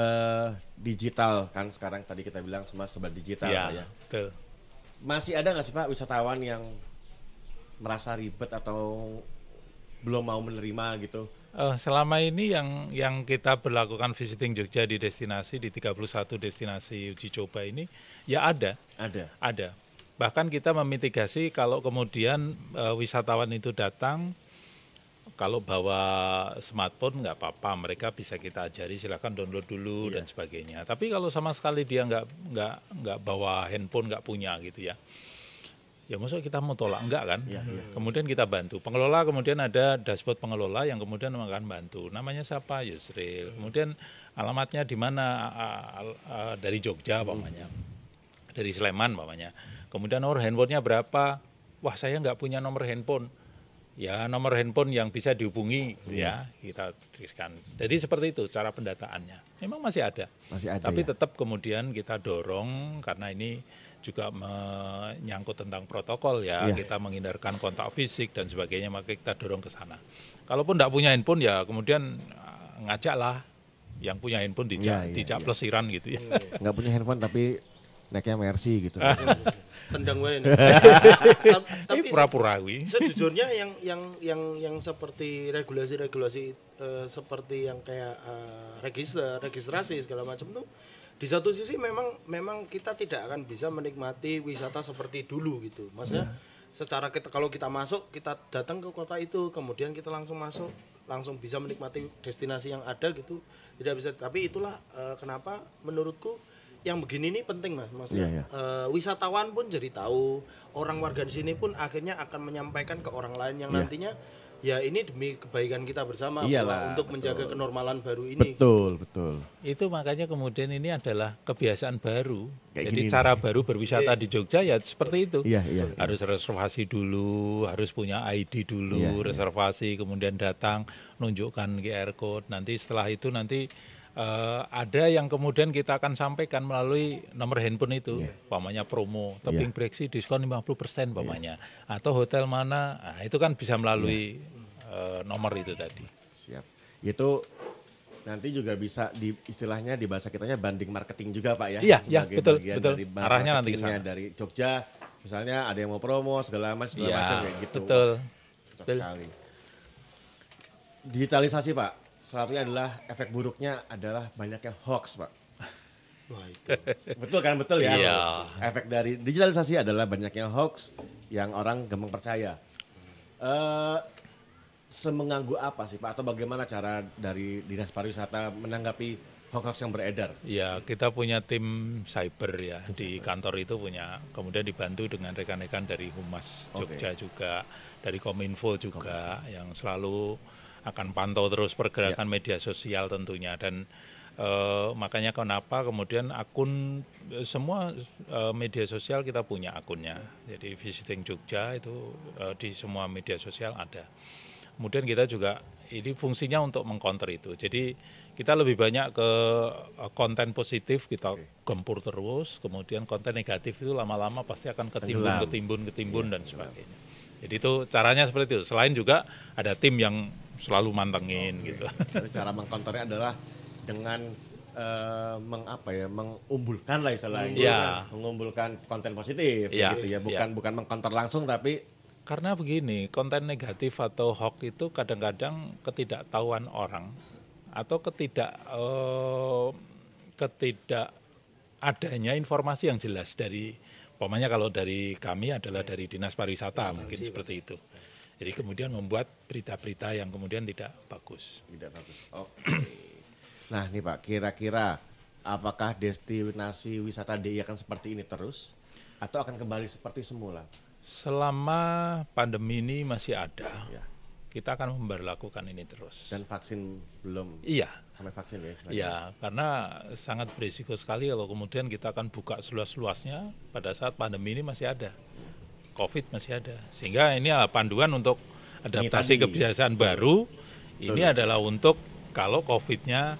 digital kan sekarang tadi kita bilang semua serba digital Pak, ya. Betul. Masih ada nggak sih Pak wisatawan yang merasa ribet atau belum mau menerima gitu? Selama ini yang kita berlakukan visiting Jogja di 31 destinasi uji coba ini ya ada. Bahkan kita memitigasi kalau kemudian wisatawan itu datang, kalau bawa smartphone nggak apa-apa, mereka bisa kita ajari silakan download dulu dan sebagainya. Tapi kalau sama sekali dia nggak bawa handphone, nggak punya gitu ya, ya maksudnya kita mau tolak enggak kan? Kemudian kita bantu. Pengelola kemudian ada dashboard pengelola yang kemudian akan bantu. Namanya siapa? Yusril. Kemudian alamatnya di mana? Dari Jogja umpamanya. Dari Sleman umpamanya. Kemudian nomor handphonenya berapa? Wah, saya nggak punya nomor handphone. Ya nomor handphone yang bisa dihubungi ya kita tuliskan. Jadi seperti itu cara pendataannya. Memang masih ada. Tapi tetap kemudian kita dorong karena ini juga menyangkut tentang protokol ya. Kita menghindarkan kontak fisik dan sebagainya, maka kita dorong ke sana. Kalaupun tidak punya handphone ya kemudian ngajaklah yang punya handphone dijak plesiran gitu ya. Nggak punya handphone tapi naiknya Mercy gitu. Tendang wae. Tapi pura-pura wi. Sejujurnya yang seperti regulasi seperti yang kayak registrasi segala macam tuh di satu sisi memang kita tidak akan bisa menikmati wisata seperti dulu gitu. Maksudnya secara kalau kita masuk, kita datang ke kota itu, kemudian kita langsung masuk, langsung bisa menikmati destinasi yang ada gitu. Tidak bisa, tapi itulah kenapa menurutku yang begini ini penting Mas, maksudnya wisatawan pun jadi tahu, orang warga di sini pun akhirnya akan menyampaikan ke orang lain yang nantinya ya ini demi kebaikan kita bersama untuk menjaga kenormalan baru ini. Betul. Itu makanya kemudian ini adalah kebiasaan baru. Jadi gini cara baru berwisata di Jogja ya seperti itu. Iya. Harus reservasi dulu, harus punya ID dulu, reservasi, kemudian datang, nunjukkan QR code. Nanti setelah itu ada yang kemudian kita akan sampaikan melalui nomor handphone itu, umpamanya promo, topping breksi diskon 50% umpamanya, atau hotel mana, nah, itu kan bisa melalui nomor itu tadi. Siap. Itu nanti juga bisa istilahnya di bahasa kitanya banding marketing juga Pak ya. Iya, sebagai betul, bagian betul. dari Arahnya nanti ke marketingnya sana. dari Jogja, misalnya ada yang mau promo segala macam kayak gitu. Betul. Cocok sekali. Digitalisasi Pak, satunya adalah efek buruknya adalah banyaknya hoax Pak. Wah, itu. Betul kan, betul ya. Iya. Efek dari digitalisasi adalah banyaknya hoax yang orang gampang percaya. Semenganggu apa sih Pak, atau bagaimana cara dari Dinas Pariwisata menanggapi hoax yang beredar? Ya, kita punya tim cyber ya di kantor itu punya, kemudian dibantu dengan rekan-rekan dari Humas Jogja juga, dari Kominfo juga yang selalu akan pantau terus pergerakan media sosial tentunya, dan makanya kenapa kemudian akun semua media sosial kita punya akunnya. Jadi Visiting Jogja itu di semua media sosial ada. Kemudian kita juga ini fungsinya untuk mengcounter itu. Jadi kita lebih banyak ke konten positif kita gempur terus, kemudian konten negatif itu lama-lama pasti akan ketimbun dan sebagainya. Jadi itu caranya seperti itu. Selain juga ada tim yang selalu mantengin gitu. Jadi cara mengkontornya adalah dengan mengumbulkan lah istilahnya, mengumpulkan konten positif gitu ya, bukan mengkontor langsung tapi. Karena begini, konten negatif atau hoax itu kadang-kadang ketidaktahuan orang atau ketidak adanya informasi yang jelas dari, umpamanya kalau dari kami adalah dari Dinas Pariwisata mungkin seperti itu. Jadi kemudian membuat berita-berita yang kemudian tidak bagus. Tidak bagus. Oke. Nah nih Pak, kira-kira apakah destinasi wisata DIY akan seperti ini terus atau akan kembali seperti semula? Selama pandemi ini masih ada, kita akan memberlakukan ini terus. Dan vaksin belum? Iya. Sampai vaksin ya? Iya, karena sangat berisiko sekali kalau kemudian kita akan buka seluas-luasnya pada saat pandemi ini masih ada. COVID masih ada. Sehingga ini adalah panduan untuk adaptasi kebiasaan baru. Ini adalah untuk kalau COVID-nya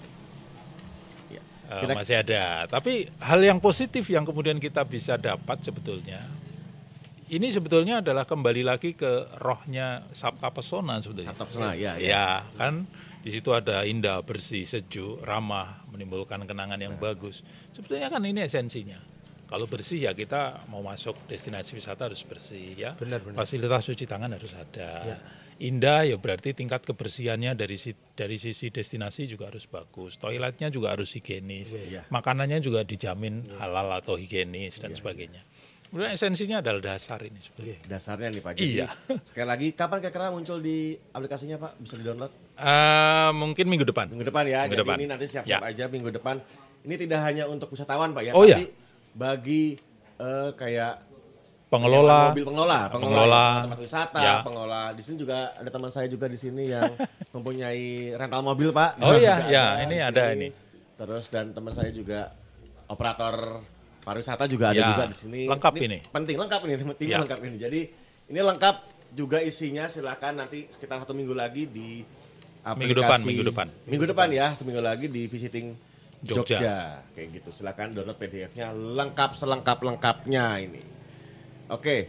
masih ada. Tapi hal yang positif yang kemudian kita bisa dapat sebetulnya, ini sebetulnya adalah kembali lagi ke rohnya Sabta Pesona sebetulnya. Sabta Pesona, ya kan di situ ada indah, bersih, sejuk, ramah, menimbulkan kenangan yang bagus. Sebetulnya kan ini esensinya. Kalau bersih ya kita mau masuk destinasi wisata harus bersih ya. Benar. Fasilitas cuci tangan harus ada. Indah ya berarti tingkat kebersihannya dari sisi destinasi juga harus bagus. Toiletnya juga harus higienis. Makanannya juga dijamin halal atau higienis dan sebagainya. Kemudian esensinya adalah dasar ini sebenarnya. Dasarnya nih Pak. Jadi, sekali lagi, kapan kira-kira muncul di aplikasinya Pak? Bisa di-download? Mungkin minggu depan. Minggu depan ya. Minggu Jadi depan. ini nanti siap-siap aja minggu depan. Ini tidak hanya untuk wisatawan Pak ya, Oh, tapi bagi kayak pengelola, mobil pengelola tempat wisata, pengelola. Di sini juga ada teman saya juga di sini yang mempunyai rental mobil Pak. Oh iya, ini ada ini. Terus dan teman saya juga operator pariwisata juga ada juga di sini. Lengkap ini. Penting lengkap ini, lengkap ini. Jadi ini lengkap juga isinya. Silakan nanti sekitar 1 minggu lagi di aplikasi. Minggu depan ya, 1 minggu lagi di Visiting Jogja. Kayak gitu. Silakan download PDF-nya lengkap selengkap-lengkapnya ini. Oke.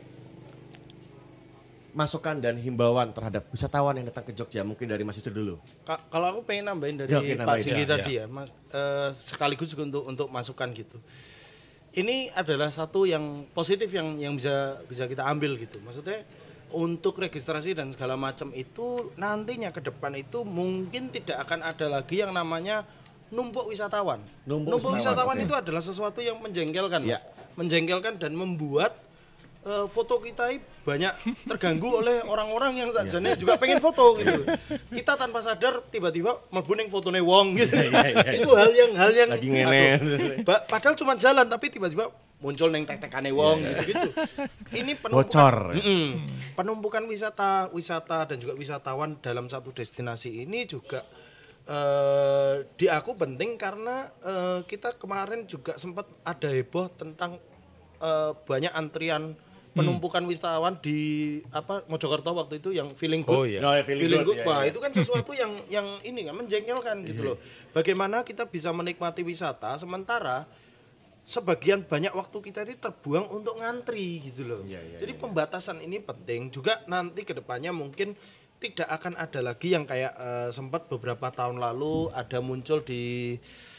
Masukan dan himbauan terhadap wisatawan yang datang ke Jogja mungkin dari Mas Yusuf dulu. Kalau aku pengen nambahin dari Pak Singgi tadi ya, Mas, sekaligus untuk masukan gitu. Ini adalah satu yang positif yang bisa kita ambil gitu. Maksudnya untuk registrasi dan segala macam itu nantinya ke depan itu mungkin tidak akan ada lagi yang namanya numpuk wisatawan. Numpuk wisatawan itu adalah sesuatu yang menjengkelkan, Mas. Menjengkelkan dan membuat foto kita banyak terganggu oleh orang-orang yang sajane juga pengen foto gitu. Kita tanpa sadar tiba-tiba mlebu ning fotone wong gitu. Itu hal yang lagi ngene. Padahal cuma jalan tapi tiba-tiba muncul neng tek-tekane wong gitu-gitu. Ini penumpukan wisata dan juga wisatawan dalam satu destinasi ini juga di aku penting karena kita kemarin juga sempat ada heboh tentang banyak antrian penumpukan wisatawan di Mojokerto waktu itu yang feeling Oh good. iya. Oh, ya, feeling good, Wah, ya. itu kan sesuatu yang ini kan menjengkelkan gitu loh. Bagaimana kita bisa menikmati wisata sementara sebagian banyak waktu kita ini terbuang untuk ngantri gitu loh. Jadi pembatasan ini penting juga nanti ke depannya mungkin tidak akan ada lagi yang kayak sempat beberapa tahun lalu ada muncul di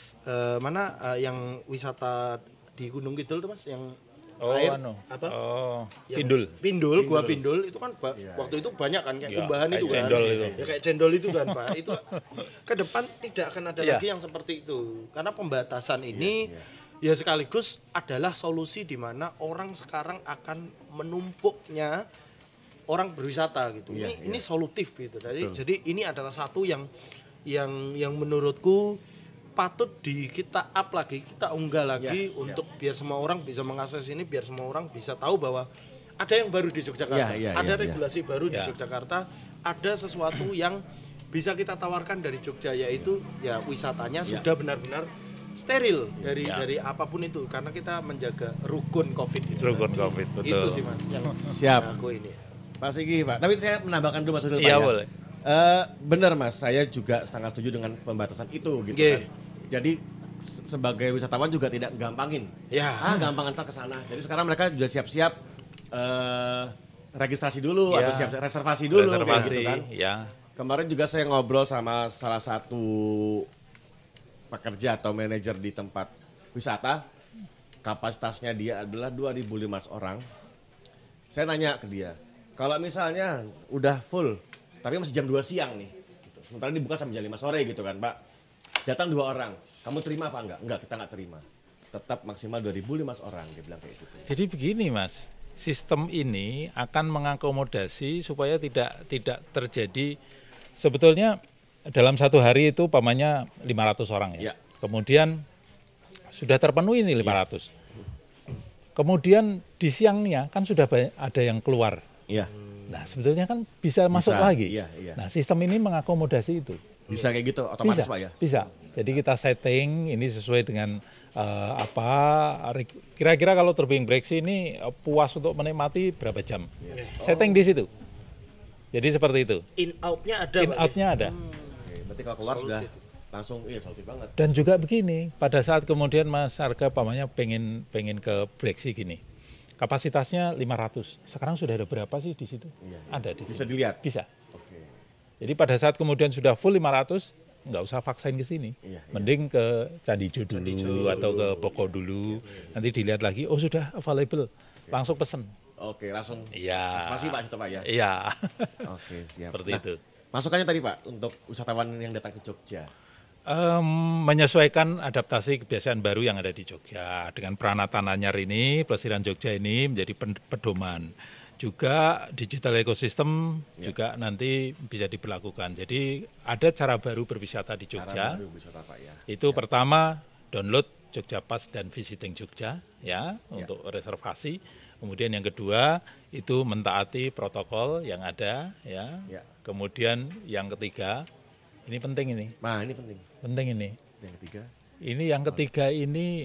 yang wisata di Gunung Kidul tuh Mas yang air apa? Pindul. Gua Pindul itu kan waktu itu banyak kan kayak kumbahan kayak itu kan. cendol itu. Ya kayak cendol itu kan, Pak. Itu ke depan tidak akan ada lagi yang seperti itu. Karena pembatasan ini ya sekaligus adalah solusi di mana orang sekarang akan menumpuknya orang berwisata gitu. Ini solutif gitu. Jadi ini adalah satu yang menurutku patut kita up lagi, kita unggah lagi untuk biar semua orang bisa mengakses ini, biar semua orang bisa tahu bahwa ada yang baru di Yogyakarta, ada regulasi baru di Yogyakarta, ada sesuatu yang bisa kita tawarkan dari Jogja yaitu ya wisatanya sudah benar-benar steril dari apapun itu karena kita menjaga rukun COVID itu. Rukun COVID, betul. Itu sih Mas yang Siap. aku ini. Pak Sigi, Pak. Tapi saya menambahkan dulu Mas Udil, Pak. Iya, ya. boleh. Benar Mas, saya juga sangat setuju dengan pembatasan itu gitu kan. Jadi sebagai wisatawan juga tidak gampangin. Gampang antar ke sana. Jadi sekarang mereka juga siap-siap registrasi dulu atau siap reservasi dulu kayak gitu kan. Kemarin juga saya ngobrol sama salah satu pekerja atau manajer di tempat wisata. Kapasitasnya dia adalah 2.500 orang. Saya nanya ke dia, kalau misalnya udah full, tapi masih jam 2 siang nih, gitu. Sementara dibuka sampai jam 5 sore gitu kan, Pak. Datang 2 orang, kamu terima apa enggak? Enggak, kita enggak terima. Tetap maksimal 2.500 orang, dia bilang kayak gitu. Jadi begini Mas, sistem ini akan mengakomodasi supaya tidak terjadi, sebetulnya dalam satu hari itu umpamanya 500 orang ya. Kemudian sudah terpenuhi ini 500. Kemudian di siangnya kan sudah ada yang keluar. Nah sebetulnya kan bisa masuk lagi. Nah sistem ini mengakomodasi itu. Bisa kayak gitu otomatis Pak ya? Bisa. Jadi kita setting ini sesuai dengan kira-kira kalau terbang breksi ini puas untuk menikmati berapa jam. Setting di situ. Jadi seperti itu. In-out-nya ada. In-out-nya ada. Berarti kalau keluar sudah langsung solutif banget. Dan juga begini, pada saat kemudian Mas Arga pamannya pengen ke breksi gini. Kapasitasnya 500. Sekarang sudah ada berapa sih di situ? Ada di situ. Bisa dilihat? Bisa. Jadi pada saat kemudian sudah full 500, nggak usah vaksin ke sini. Mending ke Candijo dulu atau ke Boko dulu. Nanti dilihat lagi, oh sudah available. Langsung pesen. Oke, langsung. Reservasi Pak itu Pak ya? Iya. Oke, siap. Seperti itu. Masukannya tadi Pak, untuk wisatawan yang datang ke Jogja. Menyesuaikan adaptasi kebiasaan baru yang ada di Jogja. Dengan peranatan anyar ini, Plesiran Jogja ini menjadi pedoman. Juga digital ecosystem juga nanti bisa diberlakukan. Jadi ada cara baru berwisata di Jogja. Itu pertama download Jogja Pass dan Visiting Jogja untuk reservasi. Kemudian yang kedua itu mentaati protokol yang ada Kemudian yang ketiga ini penting ini. Nah, ini penting. Penting ini. Yang ketiga. Yang ketiga ini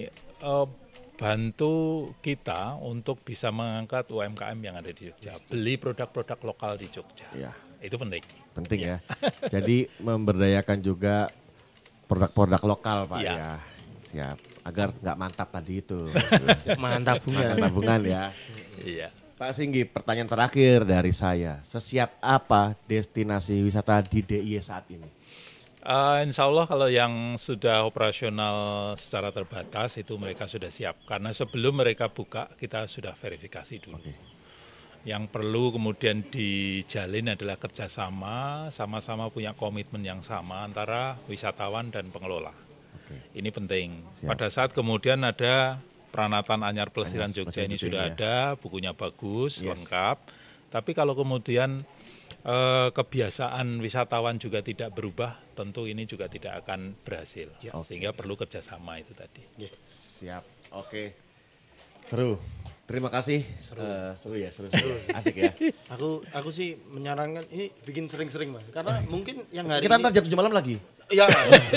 bantu kita untuk bisa mengangkat UMKM yang ada di Jogja, beli produk-produk lokal di Jogja. Itu penting. Penting ya. Jadi memberdayakan juga produk-produk lokal Pak ya. Siap. Agar nggak mantap tadi itu. Mantap tabungan ya. Iya. Pak Singgi, pertanyaan terakhir dari saya. Sesiap apa destinasi wisata di DIY saat ini? Insya Allah kalau yang sudah operasional secara terbatas itu mereka sudah siap. Karena sebelum mereka buka kita sudah verifikasi dulu. Yang perlu kemudian dijalin adalah kerjasama, sama-sama punya komitmen yang sama antara wisatawan dan pengelola. Ini penting. Pada saat kemudian ada peranatan anyar Plesiran Jogja ini sudah ada, bukunya bagus, lengkap. Tapi kalau kemudian kebiasaan wisatawan juga tidak berubah, tentu ini juga tidak akan berhasil. Sehingga perlu kerjasama itu tadi. Siap, oke. Seru. Terima kasih. Seru ya, seru. Asik ya. Aku sih menyarankan ini bikin sering-sering Mas. Karena mungkin yang hari kita ntar jam 7 malam lagi. Iya.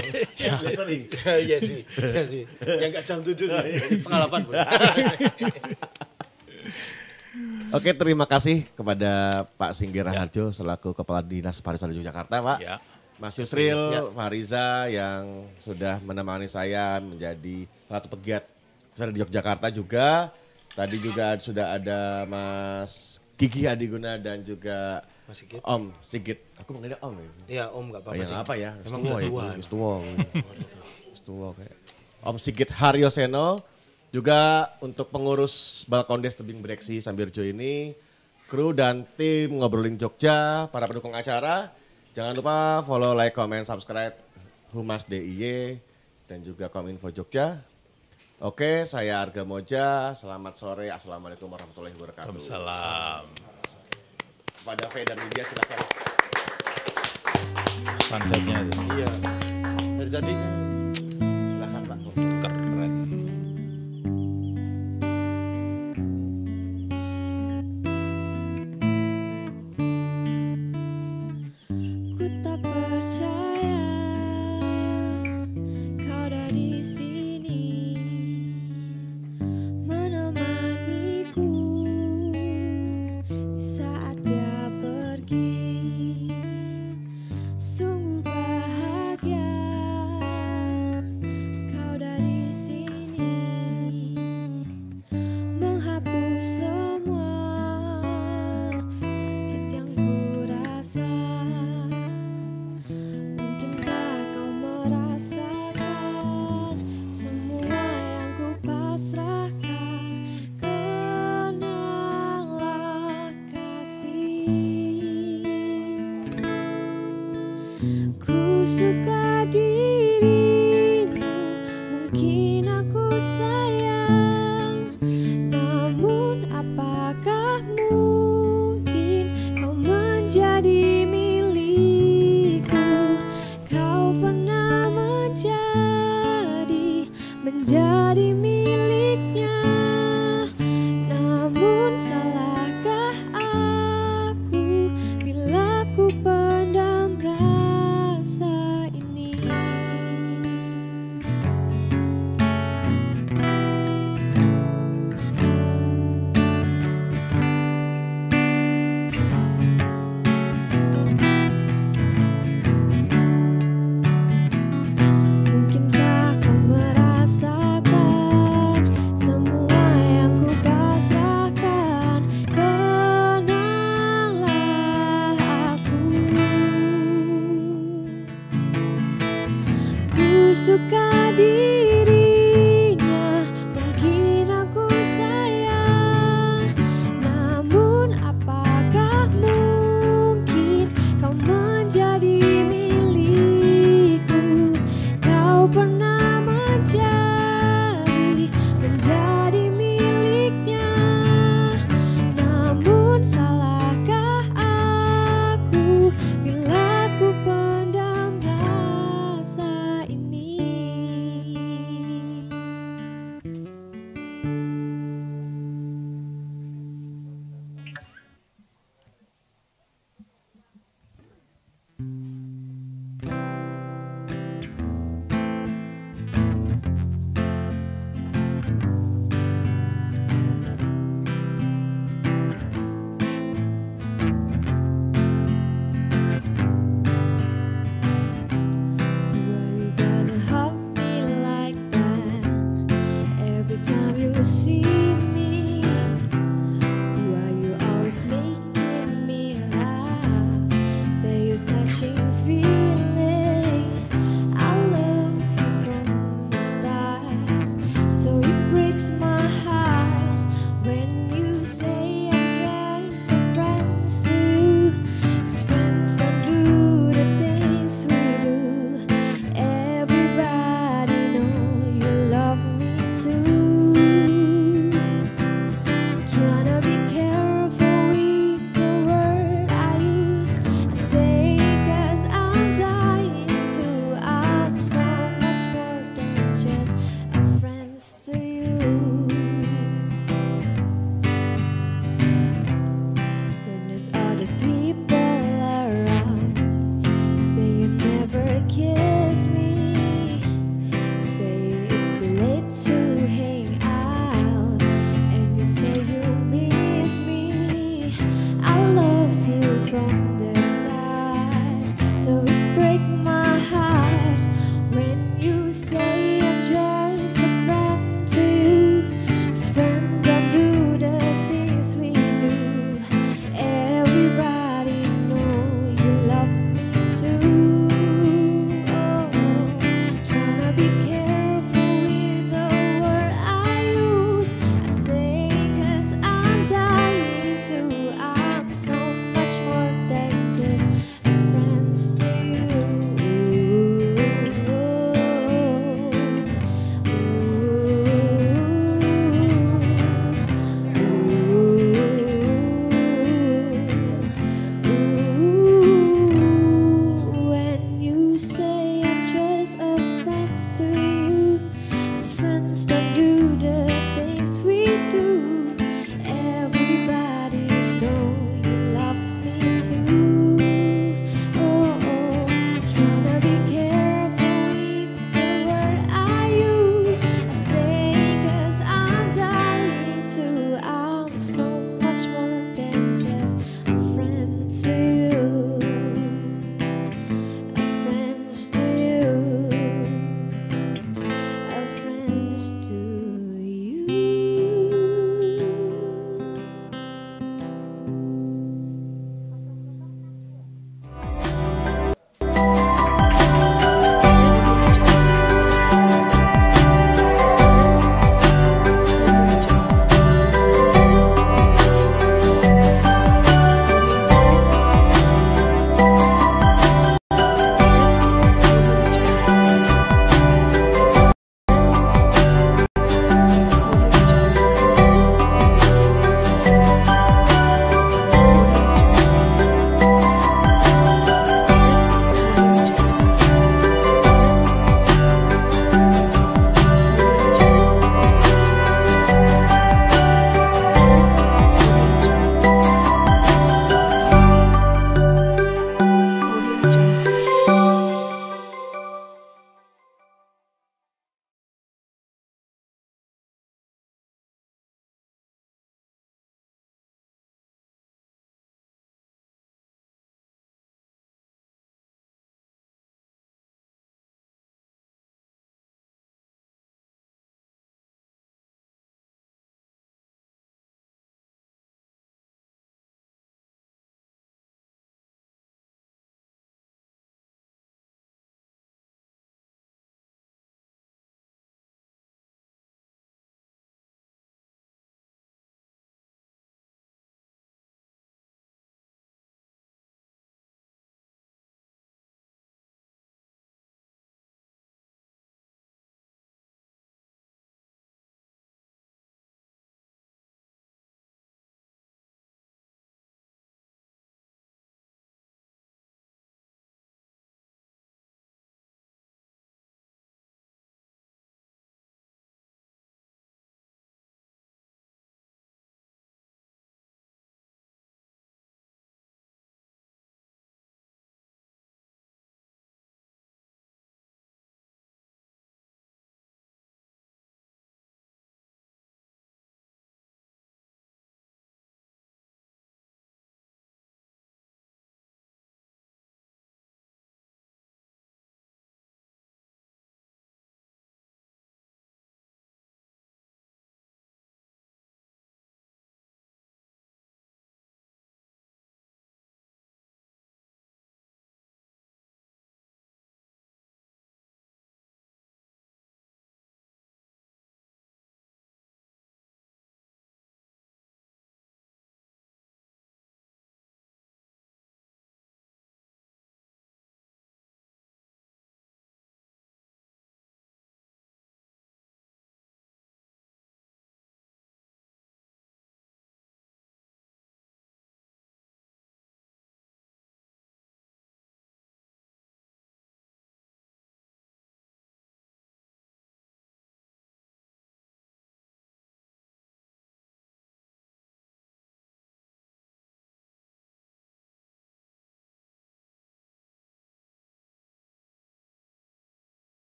Iya sih. Yang nggak jam 7 sih. 7:30. Oke, terima kasih kepada Pak Singgih Raharjo selaku Kepala Dinas Pariwisata Yogyakarta, Pak. Ya. Mas Yusril, Ya. Fariza yang sudah menemani saya menjadi satu pegiat besar di Yogyakarta juga. Tadi juga sudah ada Mas Kiki Adiguna dan juga Mas Sigit. Om Sigit. Aku manggilnya Om ya. Iya Om nggak apa-apa. Yang Ding. apa ya? Emang Tua udah ya, tua. Gus Tua. Gus Tua kayak. Om Sigit Haryoseno juga untuk pengurus Balkondes Tebing Breksi Sambirjo ini, kru dan tim Ngobrolin Jogja, para pendukung acara. Jangan lupa follow, like, comment, subscribe Humas DIY dan juga Kominfo Jogja. Oke, saya Arga Moja. Selamat sore. Assalamualaikum warahmatullahi wabarakatuh. Waalaikumsalam. Kepada Faye dan Lydia silakan. Sunsetnya itu Iya. Dari tadi silakan Pak. keren. Ku tak percaya kau ada di sini menemaniku di saat dia pergi. Sungguh bahagia kau dari sini menghapus semua sakit yang ku rasa. Mungkinkah kau merasakan semua yang ku pasrahkan? Kenanglah kasih, ku suka dirimu, mungkin aku sayang, namun apakah mungkin kau menjadi milikku? Kau pernah menjadi miliknya, namun salahkah aku bila ku pendam rasa ini? Mungkinkah kau merasakan semua yang ku pasrahkan? Kenanglah aku, ku suka dirinya, mungkin aku sayang, namun apakah mungkin kau menjadi milikku? Kau pernah menjadi miliknya, namun salahkah aku bila ku pendam rasa ini?